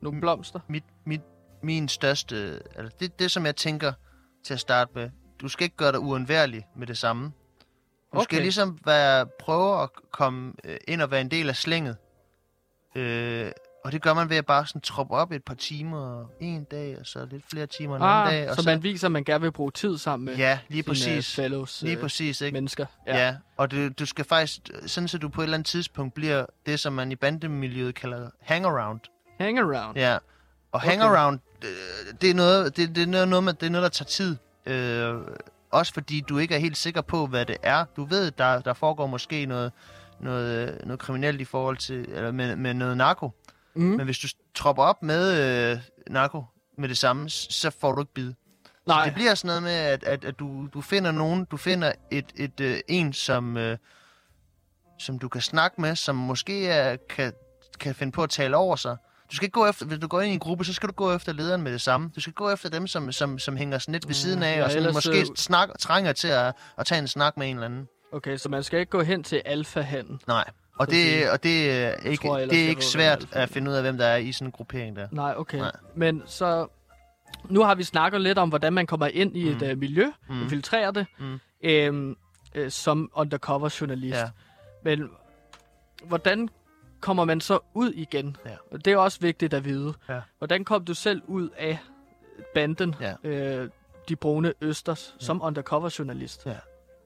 Nogle blomster? Mit, mit, min største... Altså det, det, som jeg tænker til at starte med. Du skal ikke gøre dig uundværlig med det samme. Du okay. skal ligesom være, prøve at komme ind og være en del af slænget. Øh, og det gør man ved at bare sådan troppe op et par timer en dag, og så lidt flere timer en ah, anden dag. Og så, så man viser, at man gerne vil bruge tid sammen med ja, lige sine præcis. fellows lige præcis, ikke? mennesker. Ja, ja. Og det, du skal faktisk, sådan så du på et eller andet tidspunkt bliver det, som man i bandemiljøet kalder hangaround. Hangaround? Ja, og okay. hangaround, det er noget, det, det er noget, det er noget, der tager tid. Øh, også fordi du ikke er helt sikker på, hvad det er. Du ved, der, der foregår måske noget, noget, noget kriminelt i forhold til, eller med, med noget narko. Mm. Men hvis du tropper op med øh, narko med det samme, så får du ikke bid. Nej. Det bliver sådan noget med, at, at, at du, du finder nogen, du finder et, et, et, en, som, øh, som du kan snakke med, som måske er, kan, kan finde på at tale over sig. Du skal ikke gå efter, hvis du går ind i en gruppe, så skal du gå efter lederen med det samme. Du skal gå efter dem, som, som, som hænger sådan lidt ved siden af, mm, og som måske snak, trænger til at, at tage en snak med en eller anden. Okay, så man skal ikke gå hen til alfa-handen? Nej. Og det, og det er ikke, tror, det er ikke svært at finde ud af, hvem der er i sådan en gruppering der. Nej, okay. Nej. Men så... Nu har vi snakket lidt om, hvordan man kommer ind i mm. et uh, miljø, mm. og filtrerer det, mm. øhm, øh, som undercover journalist. Ja. Men hvordan kommer man så ud igen? Ja. Og det er også vigtigt at vide. Ja. Hvordan kom du selv ud af banden, ja. øh, de brune østers, ja. som undercover journalist? Ja.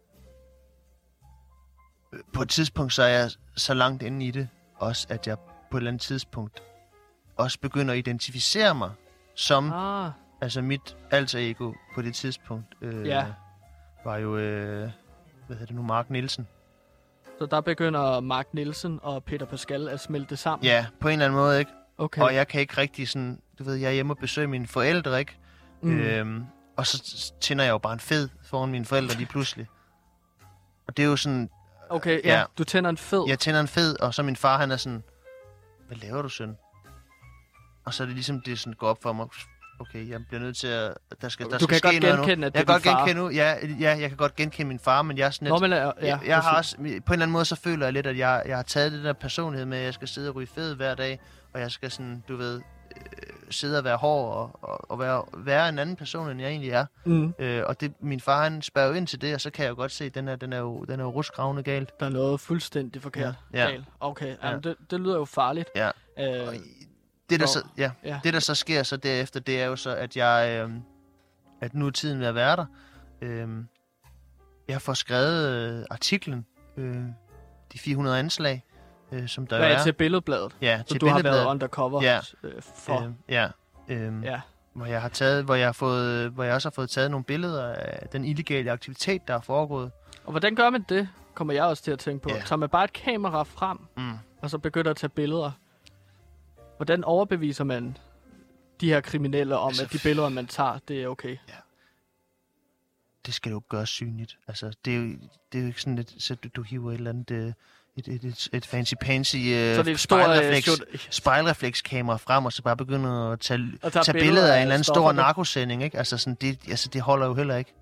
På et tidspunkt så er jeg så langt inde i det, også at jeg på et eller andet tidspunkt også begynder at identificere mig som, ah. altså mit alter ego på det tidspunkt, øh, ja. var jo, øh, hvad hedder det nu, Mark Nielsen. Så der begynder Mark Nielsen og Peter Pascal at smelte sammen? Ja, på en eller anden måde, ikke? Okay. Og jeg kan ikke rigtig sådan, du ved, jeg er hjemme og besøger mine forældre, ikke? Mm. Øhm, og så tænder jeg jo bare en fed foran mine forældre lige pludselig. Og det er jo sådan... Okay, ja, ja, du tænder en fed. Jeg tænder en fed, og så min far, han er sådan, hvad laver du, søn? Og så er det ligesom, det sådan går op for mig, okay, jeg bliver nødt til at, der skal, der du skal kan ske godt noget genkende, nu. At jeg det er kan godt genkende nu, ja, ja, jeg kan godt genkende min far, men jeg er sådan lidt, Nå, men, ja, jeg, jeg har også, på en eller anden måde, så føler jeg lidt, at jeg, jeg har taget det der personlighed med, at jeg skal sidde og ryge fed hver dag, og jeg skal sådan, du ved, øh, sidde og være hård, og, og, og være, være en anden person, end jeg egentlig er. Mm. Øh, og det, min far, han spørger jo ind til det, og så kan jeg jo godt se, at den er, den er jo, den er jo ruskravende galt. Der er noget fuldstændig forkert ja. galt. Okay, ja. jamen, det, det lyder jo farligt. Ja. Øh, det, der så, ja, ja. det, der så sker så derefter, det er jo så, at jeg, øh, at nu er tiden ved at være der. Øh, jeg får skrevet øh, artiklen, øh, de fire hundrede anslag, øh, som der Hvad, er. til Billedbladet? Ja, så til du har været undercover ja. øh, for? Øh, ja, øh, ja. Hvor jeg har taget, hvor jeg har fået, hvor jeg også har fået taget nogle billeder af den illegale aktivitet, der er foregået. Og hvordan gør man det? Kommer jeg også til at tænke på. Ja. Tager man bare et kamera frem, mm. og så begynder at tage billeder? Hvordan overbeviser man de her kriminelle om, altså, at de billeder, man tager, det er okay? Ja. Det skal du gøre synligt. Altså, det er jo, det er jo ikke sådan, at så du, du hiver et eller andet... Et, et, et, et fancy-pansy uh, spejlrefleks, uh, spejlreflekskamera frem, og så bare begynder at tage, at tage, tage billeder af en eller anden stor narkosending, ikke? Altså, sådan, det, altså, det holder jo heller ikke.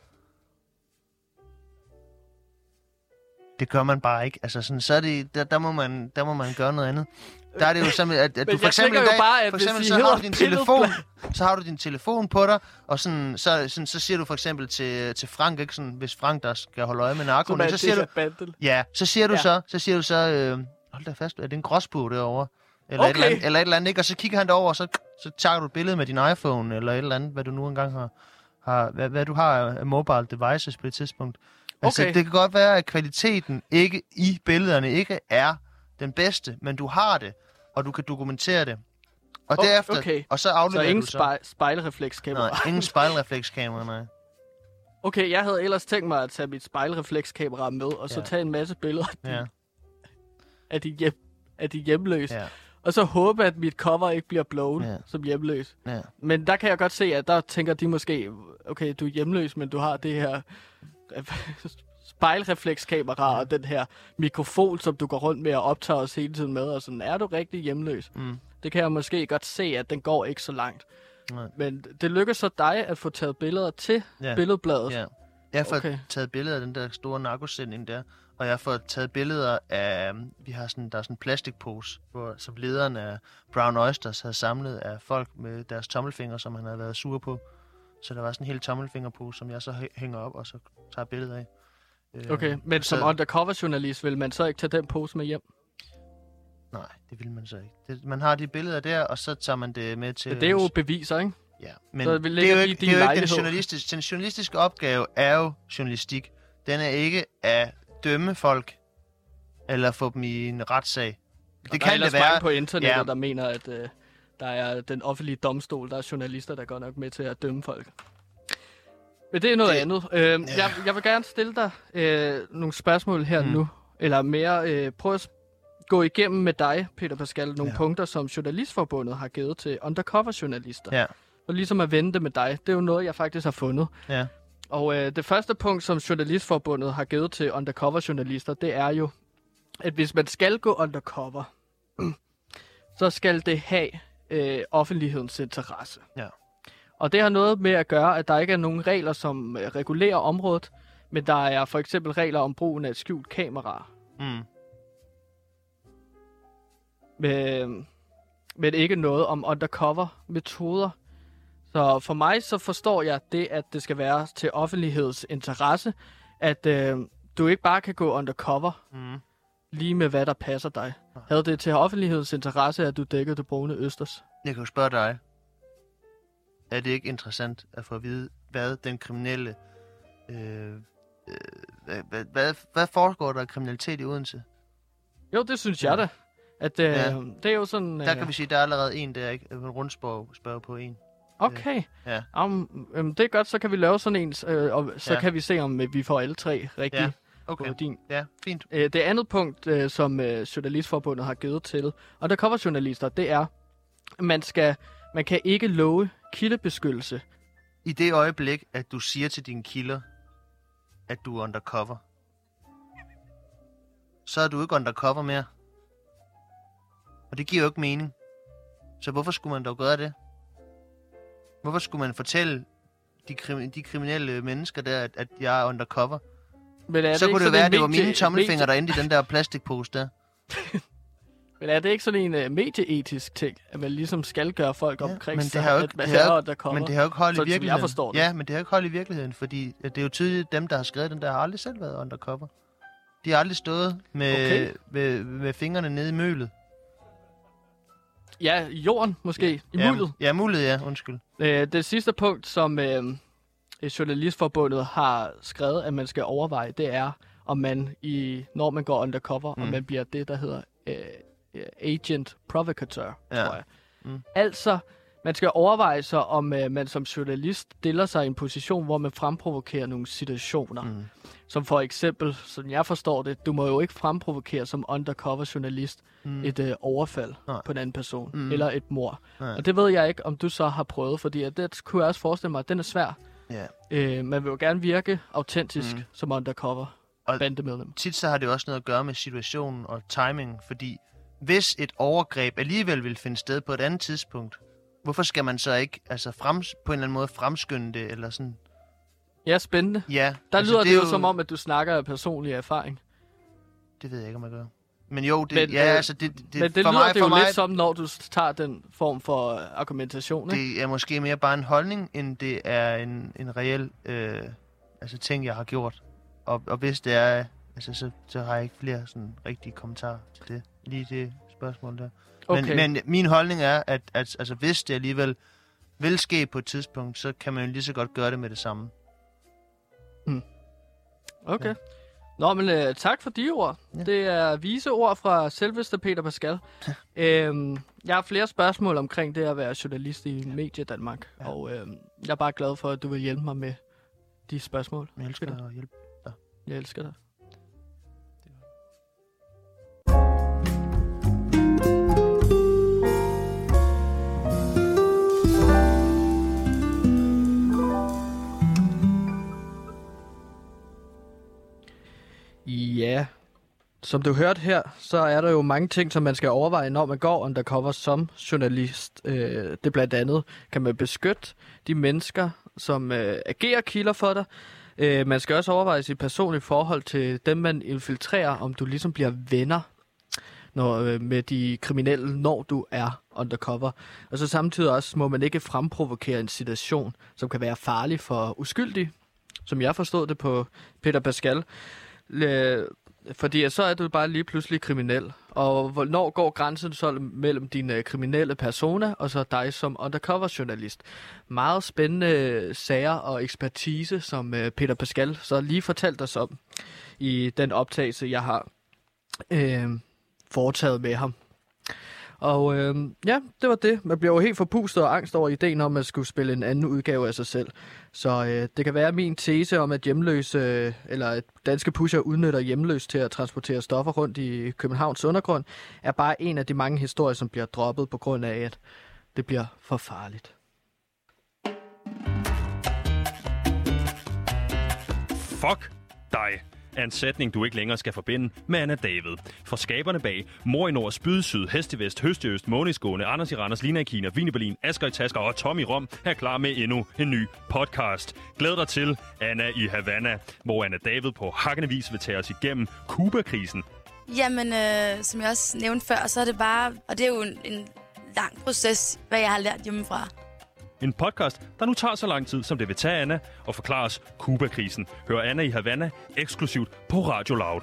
Det gør man bare ikke. Altså, sådan, så er det, der, der, må man, der må man gøre noget andet. Der er det jo sådan, at, at du for eksempel, dag, bare, at for eksempel så har du din telefon, så har du din telefon på dig, og sådan, så, sådan, så siger du for eksempel til, til Frank, ikke, sådan, hvis Frank der skal holde øje med narkoen, så, så siger du, ja, så siger du ja. så, så siger du så, øh, hold da fast, er det en gråsbog derovre? Eller, okay. et eller, andet, eller et eller andet, ikke? Og så kigger han derover, og så, så tager du et billede med din iPhone, eller et eller andet, hvad du nu engang har, har hvad, hvad du har af mobile devices på et tidspunkt. Altså, okay. Det kan godt være, at kvaliteten ikke i billederne ikke er den bedste, men du har det, og du kan dokumentere det. Og oh, derefter, okay. og så afleverer så ingen du så. Spej- spejlreflekskamera? Nej, ingen spejlreflekskamera, nej. Okay, jeg havde ellers tænkt mig at tage mit spejlreflekskamera med, og så ja. tage en masse billeder af de, ja. af de, hjem, af de hjemløse. Ja. Og så håbe, at mit cover ikke bliver blown ja. som hjemløs. Ja. Men der kan jeg godt se, at der tænker de måske, okay, du er hjemløs, men du har det her spejlreflekskamera ja. og den her mikrofon, som du går rundt med og optager os hele tiden med, og sådan, er du rigtig hjemløs? Mm. Det kan jeg måske godt se, at den går ikke så langt. Nej. Men det lykkes så dig at få taget billeder til ja. Billedbladet. Ja. Jeg har okay. taget billeder af den der store narkosending der, og jeg får taget billeder af, vi har sådan, der er sådan en plastikpose, hvor som lederen af Brown Oysters havde samlet af folk med deres tommelfinger, som han havde været sur på. Så der var sådan en hel tommelfingerpose, som jeg så hænger op og så tager billeder af. Okay, men så, som undercover-journalist vil man så ikke tage den pose med hjem? Nej, det vil man så ikke. Det, man har de billeder der, og så tager man det med til... Men det er jo beviser, ikke? Ja, men så det er jo ikke, det er jo ikke den journalistiske... Den journalistiske opgave er jo journalistik. Den er ikke at dømme folk, eller få dem i en retssag. Det og kan der er det være... mange på internettet, ja. der mener, at øh, der er den offentlige domstol, der er journalister, der går nok med til at dømme folk. Men det er noget det, andet. Øh, ja. jeg, jeg vil gerne stille dig øh, nogle spørgsmål her mm. nu. Eller mere, øh, prøv at gå igennem med dig, Peter Pascal, nogle ja. punkter, som Journalistforbundet har givet til undercover-journalister. Ja. Og ligesom at vende det med dig. Det er jo noget, jeg faktisk har fundet. Ja. Og øh, det første punkt, som Journalistforbundet har givet til undercover-journalister, det er jo, at hvis man skal gå undercover, så skal det have øh, offentlighedens interesse. Ja. Og det har noget med at gøre, at der ikke er nogen regler, som øh, regulerer området, men der er for eksempel regler om brugen af et skjult kamera. Mm. Men, men ikke noget om undercover-metoder. Så for mig så forstår jeg det, at det skal være til offentlighedens interesse, at øh, du ikke bare kan gå undercover, mm. lige med hvad der passer dig. Nej. Havde det til offentlighedens interesse, at du dækkede det brune østers? Jeg kan jo spørge dig. Er det ikke interessant at få at vide, hvad den kriminelle... Øh, øh, hvad, hvad, hvad foregår der af kriminalitet i Odense? Jo, det synes jeg da. At, øh, ja. Det er jo sådan... Der kan vi sige, der er allerede en der, ikke? En rundspørg spørger på en. Okay. Ja. Um, um, det er godt, så kan vi lave sådan en, øh, og så ja. kan vi se, om øh, vi får alle tre rigtigt ja. okay. på din. Ja, fint. Øh, det andet punkt, øh, som øh, Journalistforbundet har givet til undercover-journalister, det er, at man, skal, man kan ikke love kildebeskyttelse. I det øjeblik, at du siger til dine kilder, at du er undercover, så er du ikke undercover mere. Og det giver jo ikke mening. Så hvorfor skulle man dog gøre det? Hvorfor skulle man fortælle de, krim- de kriminelle mennesker der, at, at jeg er undercover? Men er så det kunne det det være, at det medie- var mine tommelfingre, medie- der endte i den der plastikpose der. Men er det ikke sådan en uh, medieetisk ting, at man ligesom skal gøre folk ja, omkring sig, at ikke, man er undercover? Men det har jo ikke hold i virkeligheden. Jeg forstår det. Ja, men det har jo ikke hold i virkeligheden, fordi det er jo tydeligt, at dem, der har skrevet den der, har aldrig selv været undercover. De har aldrig stået med, okay. med, med fingrene nede i mølet. Ja, i jorden måske. I ja, muldet. Ja, muldet, ja. Undskyld. Øh, det sidste punkt, som øh, Journalistforbundet har skrevet, at man skal overveje, det er, om man, i, når man går undercover, mm. om man bliver det, der hedder øh, agent provocateur, ja. tror jeg. Mm. Altså, man skal overveje sig, om øh, man som journalist stiller sig i en position, hvor man fremprovokerer nogle situationer. Mm. Som for eksempel, som jeg forstår det, du må jo ikke fremprovokere som undercover journalist mm. et øh, overfald Nej. på en anden person, mm. eller et mord. Nej. Og det ved jeg ikke, om du så har prøvet, fordi at det kunne jeg også forestille mig, at den er svær. Yeah. Øh, man vil jo gerne virke autentisk mm. som undercover bandemedlem. Tit så har det også noget at gøre med situationen og timing, fordi hvis et overgreb alligevel vil finde sted på et andet tidspunkt, hvorfor skal man så ikke altså frem, på en eller anden måde fremskynde det, eller sådan? Ja, spændende. Ja. Der altså, lyder det, det jo, jo som om, at du snakker af personlig erfaring. Det ved jeg ikke, om jeg gør. Men jo, det, men, ja, altså det, det, men det for lyder mig, det jo for mig, lidt som, når du tager den form for argumentation, ikke? Det er måske mere bare en holdning, end det er en, en reel øh, altså ting, jeg har gjort. Og, og hvis det er, altså, så, så har jeg ikke flere sådan rigtige kommentarer til det. Lige det spørgsmål der. Men, okay. men min holdning er, at, at altså, hvis det alligevel vil ske på et tidspunkt, så kan man jo lige så godt gøre det med det samme. Hmm. Okay. Ja. Nå, men uh, tak for de ord. Ja. Det er vise ord fra selveste Peter Pascal. øhm, jeg har flere spørgsmål omkring det at være journalist i Medie Danmark, ja. og øhm, jeg er bare glad for, at du vil hjælpe mig med de spørgsmål. Jeg elsker dig at hjælpe dig. Jeg elsker dig. Ja, som du hørte her, så er der jo mange ting, som man skal overveje, når man går undercover som journalist. Øh, det blandt andet kan man beskytte de mennesker, som øh, agerer kilder for dig. Øh, man skal også overveje sit personlige forhold til dem, man infiltrerer, om du ligesom bliver venner når, øh, med de kriminelle, når du er undercover. Og så samtidig også må man ikke fremprovokere en situation, som kan være farlig for uskyldige, som jeg forstod det på Peter Pascal. Øh, fordi så er du bare lige pludselig kriminel. Og hvornår går grænsen så mellem dine kriminelle persona og så dig som undercover-journalist? Meget spændende sager og ekspertise, som Peter Pascal så lige fortalte os om i den optagelse, jeg har øh, foretaget med ham. Og øh, ja, det var det. Man bliver jo helt forpustet og angst over ideen om, at man skulle spille en anden udgave af sig selv. Så øh, det kan være min tese om, at hjemløse, øh, eller at danske pusher udnytter hjemløse til at transportere stoffer rundt i Københavns undergrund, er bare en af de mange historier, som bliver droppet på grund af, at det bliver for farligt. Fuck dig er en sætning, du ikke længere skal forbinde med Anna David. For skaberne bag Mor i Nord, Spyd i Syd, Hest i Vest, Høst i Øst, Måne i Skåne, Anders i Randers, Lina i Kina, Vin i Berlin, Asger i Tasker og Tom i Rom er klar med endnu en ny podcast. Glæd dig til Anna i Havana, hvor Anna David på hakkende vis vil tage os igennem Cuba-krisen. Jamen, øh, som jeg også nævnte før, så er det bare, og det er jo en, en lang proces, hvad jeg har lært hjemmefra. En podcast, der nu tager så lang tid, som det vil tage Anna og forklare os Cuba-krisen. Hør Anna i Havana eksklusivt på Radio Loud.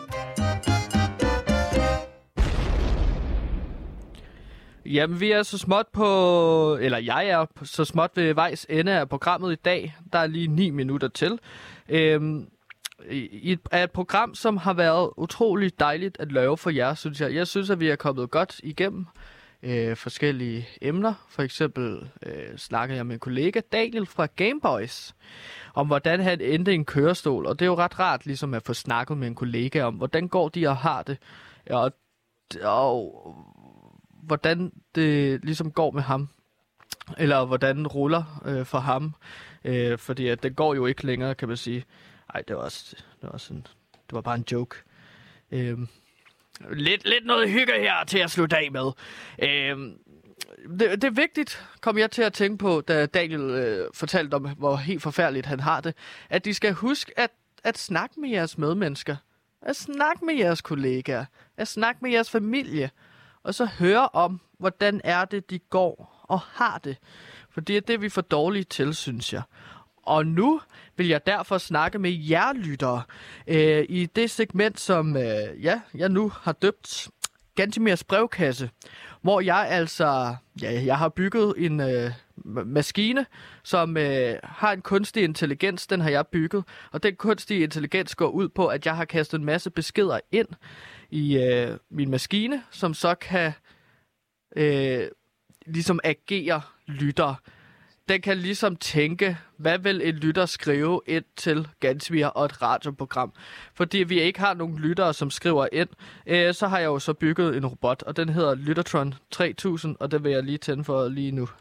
Jamen, vi er så småt på, eller jeg er så småt ved vejs ende af programmet i dag. Der er lige ni minutter til. Øhm, i et, af et program, som har været utrolig dejligt at lave for jer, synes jeg. Jeg synes, at vi er kommet godt igennem øh, forskellige emner. For eksempel øh, snakkede jeg med en kollega, Daniel fra Gameboys, om hvordan han endte i en kørestol. Og det er jo ret rart ligesom at få snakket med en kollega om, hvordan går de og har det. Og, og hvordan det ligesom går med ham. Eller hvordan den ruller øh, for ham. Øh, fordi at det går jo ikke længere, kan man sige. Ej, det var også, det var også en, det var bare en joke. Øhm, lidt, lidt noget hygge her til at slutte af med. Øhm, det, det er vigtigt, kom jeg til at tænke på, da Daniel øh, fortalte om, hvor helt forfærdeligt han har det, at de skal huske at, at snakke med jeres medmennesker. At snakke med jeres kollegaer. At snakke med jeres familie. Og så høre om, hvordan er det, de går og har det. For det er det, vi får dårligt til, synes jeg. Og nu vil jeg derfor snakke med jer lyttere øh, i det segment, som øh, ja, jeg nu har døbt Gantimirs brevkasse, hvor jeg altså ja, jeg har bygget en øh, maskine, som øh, har en kunstig intelligens. Den har jeg bygget, og den kunstige intelligens går ud på, at jeg har kastet en masse beskeder ind i øh, min maskine, som så kan øh, ligesom agere lytter. Den kan ligesom tænke, hvad vil en lytter skrive ind til Gantimir og et radioprogram. Fordi vi ikke har nogen lyttere, som skriver ind, øh, så har jeg jo så bygget en robot, og den hedder Lyttertron tre tusind, og det vil jeg lige tænde for lige nu.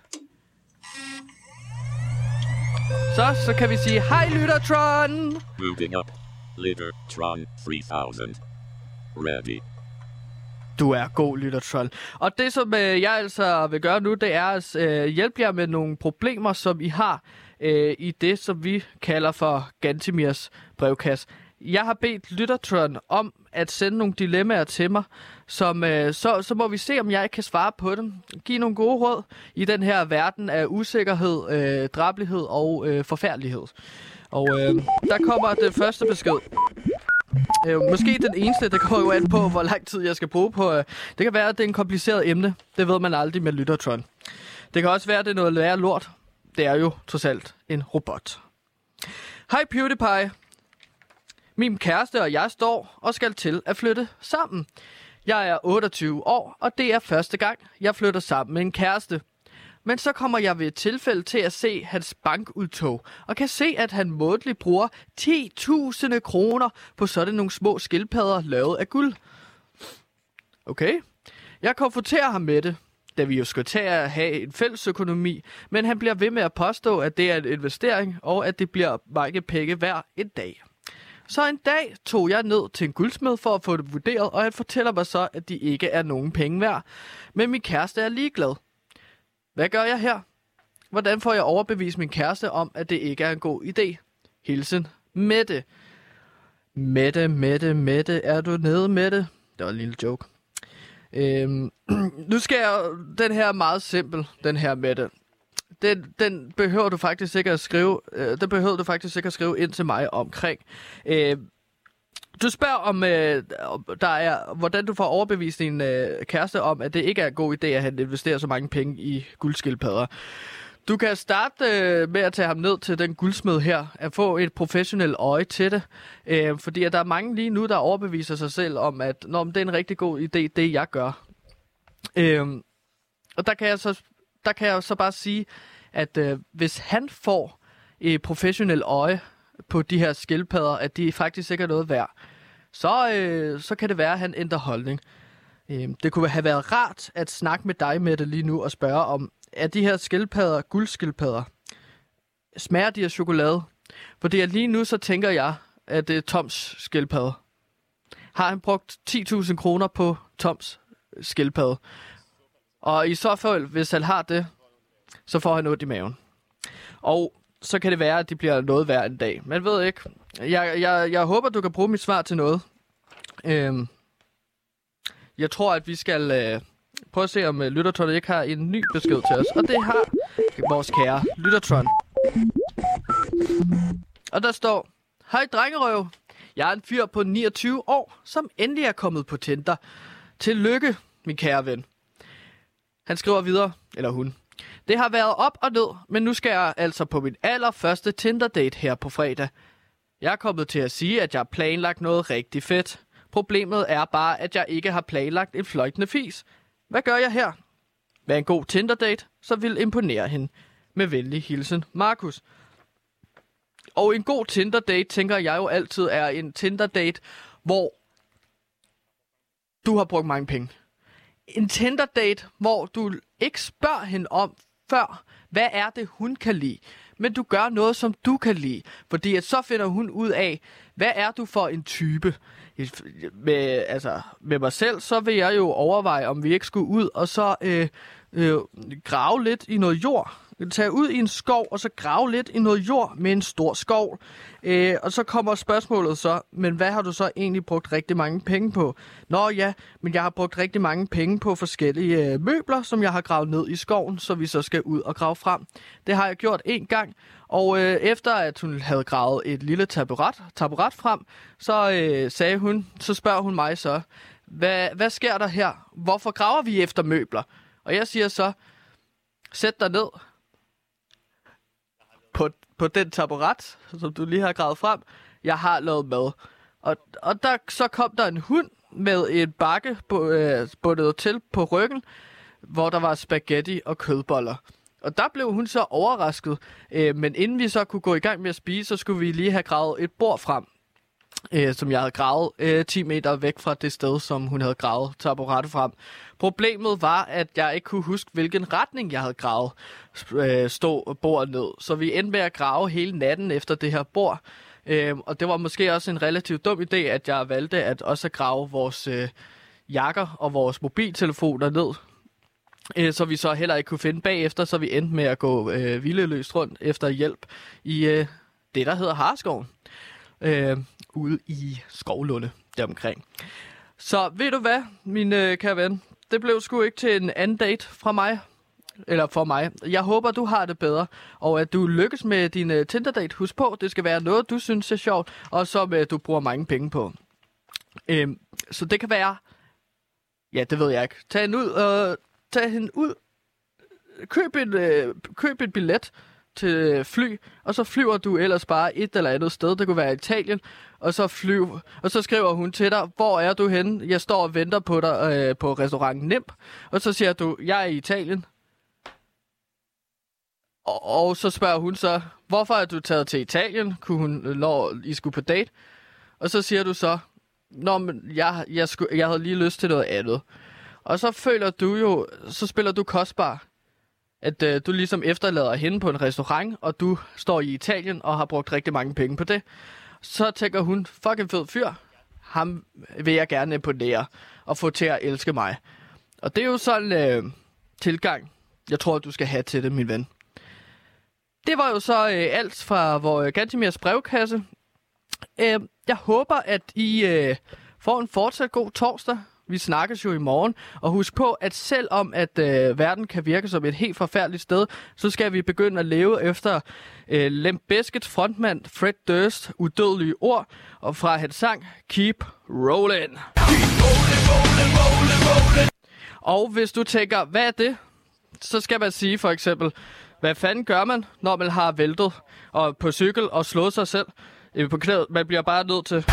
Så, så kan vi sige, hej Lyttertron! Moving up. Lyttertron tre tusind. Ready. Du er god, Lyttertron. Og det, som øh, jeg altså vil gøre nu, det er at øh, hjælpe jer med nogle problemer, som I har øh, i det, som vi kalder for Gantimirs brevkasse. Jeg har bedt Lyttertron om at sende nogle dilemmaer til mig, som, øh, så, så må vi se, om jeg kan svare på dem. Giv nogle gode råd i den her verden af usikkerhed, øh, drabelighed og øh, forfærdelighed. Og øh, der kommer det første besked. Øh, måske den eneste, det går jo an på, hvor lang tid jeg skal bruge på. Øh, det kan være, at det er en kompliceret emne. Det ved man aldrig med Lyttertron. Det kan også være, at det er noget værre lort. Det er jo trods alt en robot. Hej PewDiePie. Min kæreste og jeg står og skal til at flytte sammen. Jeg er otteogtyve år, og det er første gang, jeg flytter sammen med en kæreste. Men så kommer jeg ved et tilfælde til at se hans bankudtog, og kan se, at han månedligt bruger ti tusind kroner på sådan nogle små skildpadder lavet af guld. Okay. Jeg konfronterer ham med det, da vi jo skal tage at have en fælles økonomi, men han bliver ved med at påstå, at det er en investering, og at det bliver mange penge hver en dag. Så en dag tog jeg ned til en guldsmed for at få det vurderet, og han fortæller mig så, at de ikke er nogen penge værd. Men min kæreste er ligeglad. Hvad gør jeg her? Hvordan får jeg overbevist min kæreste om, at det ikke er en god idé? Hilsen, Mette. Mette, Mette, Mette, er du nede, Mette? Det var en lille joke. Øhm, nu skal jeg... Den her er meget simpel, den her, Mette. Den, den behøver du faktisk ikke at skrive... Øh, den behøver du faktisk ikke at skrive ind til mig omkring. Øh, du spørger om, øh, der er, hvordan du får overbevist din øh, kæreste om, at det ikke er en god idé, at han investerer så mange penge i guldskildpadder. Du kan starte øh, med at tage ham ned til den guldsmed her, at få et professionelt øje til det. Øh, fordi at der er mange lige nu, der overbeviser sig selv om, at Nå, det er en rigtig god idé, det jeg gør. Øh, og der kan, jeg så, der kan jeg så bare sige, at øh, hvis han får et professionelt øje på de her skildpadder, at de faktisk ikke er noget værd, så, øh, så kan det være, at han ændrer holdning. Øh, det kunne have været rart at snakke med dig, Mette, lige nu og spørge om, er de her skildpadder, guldskildpadder, smager de af chokolade? Fordi lige nu så tænker jeg, at det er Toms skildpadde. Har han brugt ti tusind kroner på Toms skildpadde? Og i så fald, hvis han har det, så får han ondt i maven. Og så kan det være, at de bliver noget værd en dag. Man ved ikke. Jeg, jeg, jeg håber, du kan bruge mit svar til noget. Øhm, jeg tror, at vi skal... Øh, Prøv at se, om uh, Lyttertron ikke har en ny besked til os. Og det har vores kære Lyttertron. Og der står: Hej drengerøv. Jeg er en fyr på niogtyve år, som endelig er kommet på Tinder. Tillykke, min kære ven. Han skriver videre, eller hun. Det har været op og ned, men nu skal jeg altså på min allerførste Tinder-date her på fredag. Jeg er kommet til at sige, at jeg har planlagt noget rigtig fedt. Problemet er bare, at jeg ikke har planlagt en fløjtende fis. Hvad gør jeg her? Vær en god Tinder-date, så vil imponere hende. Med venlig hilsen, Markus. Og en god Tinder-date, tænker jeg jo altid, er en Tinder-date, hvor du har brugt mange penge. En Tinder-date, hvor du ikke spørger hende om før, hvad er det, hun kan lide. Men du gør noget, som du kan lide. Fordi at så finder hun ud af, hvad er du for en type. Med, altså, med mig selv, så vil jeg jo overveje, om vi ikke skulle ud og så øh, øh, grave lidt i noget jord. Tage ud i en skov, og så grave lidt i noget jord med en stor skov. Øh, og så kommer spørgsmålet så, men hvad har du så egentlig brugt rigtig mange penge på? Nå ja, men jeg har brugt rigtig mange penge på forskellige øh, møbler, som jeg har gravet ned i skoven, så vi så skal ud og grave frem. Det har jeg gjort en gang, og øh, efter at hun havde gravet et lille taburet, taburet frem, så øh, sagde hun, så spørger hun mig så, hvad, hvad sker der her? Hvorfor graver vi efter møbler? Og jeg siger så, sæt dig ned på, på den taburet, som du lige har gravet frem. Jeg har lavet mad. Og, og der, så kom der en hund med en bakke øh, bundet til på ryggen, hvor der var spaghetti og kødboller. Og der blev hun så overrasket. Øh, men inden vi så kunne gå i gang med at spise, så skulle vi lige have gravet et bord frem, øh, som jeg havde gravet øh, ti meter væk fra det sted, som hun havde gravet taburettet frem. Problemet var, at jeg ikke kunne huske, hvilken retning jeg havde gravet øh, stå bordet ned. Så vi endte med at grave hele natten efter det her bord. Øh, og det var måske også en relativt dum idé, at jeg valgte at også grave vores øh, jakker og vores mobiltelefoner ned, øh, så vi så heller ikke kunne finde bagefter, så vi endte med at gå øh, vildeløst rundt efter hjælp i øh, det, der hedder Harskoven, øh, ude i Skovlunde deromkring. Så ved du hvad, min øh, kære ven, det blev sgu ikke til en anden date fra mig. Eller for mig. Jeg håber, du har det bedre, og at du lykkes med din uh, Tinder-date. Husk på, det skal være noget, du synes er sjovt, og som uh, du bruger mange penge på. Øhm, så det kan være... Ja, det ved jeg ikke. Tag hende ud, og tag hende ud. Køb en, uh, køb en billet til fly, og så flyver du ellers bare et eller andet sted. Det kunne være Italien, og så flyv, og så skriver hun til dig, hvor er du henne? Jeg står og venter på dig uh, på restauranten Nimb, og så siger du, jeg er i Italien. Og, og så spørger hun så, hvorfor er du taget til Italien? Kunne hun, når I skulle på date? Og så siger du så, nå, men jeg, jeg, skulle, jeg havde lige lyst til noget andet. Og så føler du jo, så spiller du kostbar, at øh, du ligesom efterlader hende på en restaurant, og du står i Italien og har brugt rigtig mange penge på det. Så tænker hun, fucking fed fyr, ham vil jeg gerne imponere og få til at elske mig. Og det er jo sådan en øh, tilgang, jeg tror, du skal have til det, min ven. Det var jo så øh, alt fra vores Gantimirs brevkasse. Øh, jeg håber, at I øh, får en fortsat god torsdag. Vi snakkes jo i morgen. Og husk på, at selvom at øh, verden kan virke som et helt forfærdeligt sted, så skal vi begynde at leve efter øh, Limp Bizkits frontmand Fred Durst udødelige ord, og fra hans sang Keep Rollin'. Og hvis du tænker, hvad er det? Så skal man sige for eksempel, hvad fanden gør man, når man har væltet og på cykel og slået sig selv på knæet? Man bliver bare nødt til...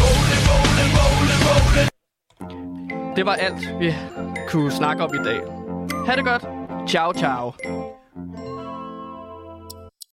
Det var alt, vi kunne snakke om i dag. Ha' det godt. Ciao, ciao.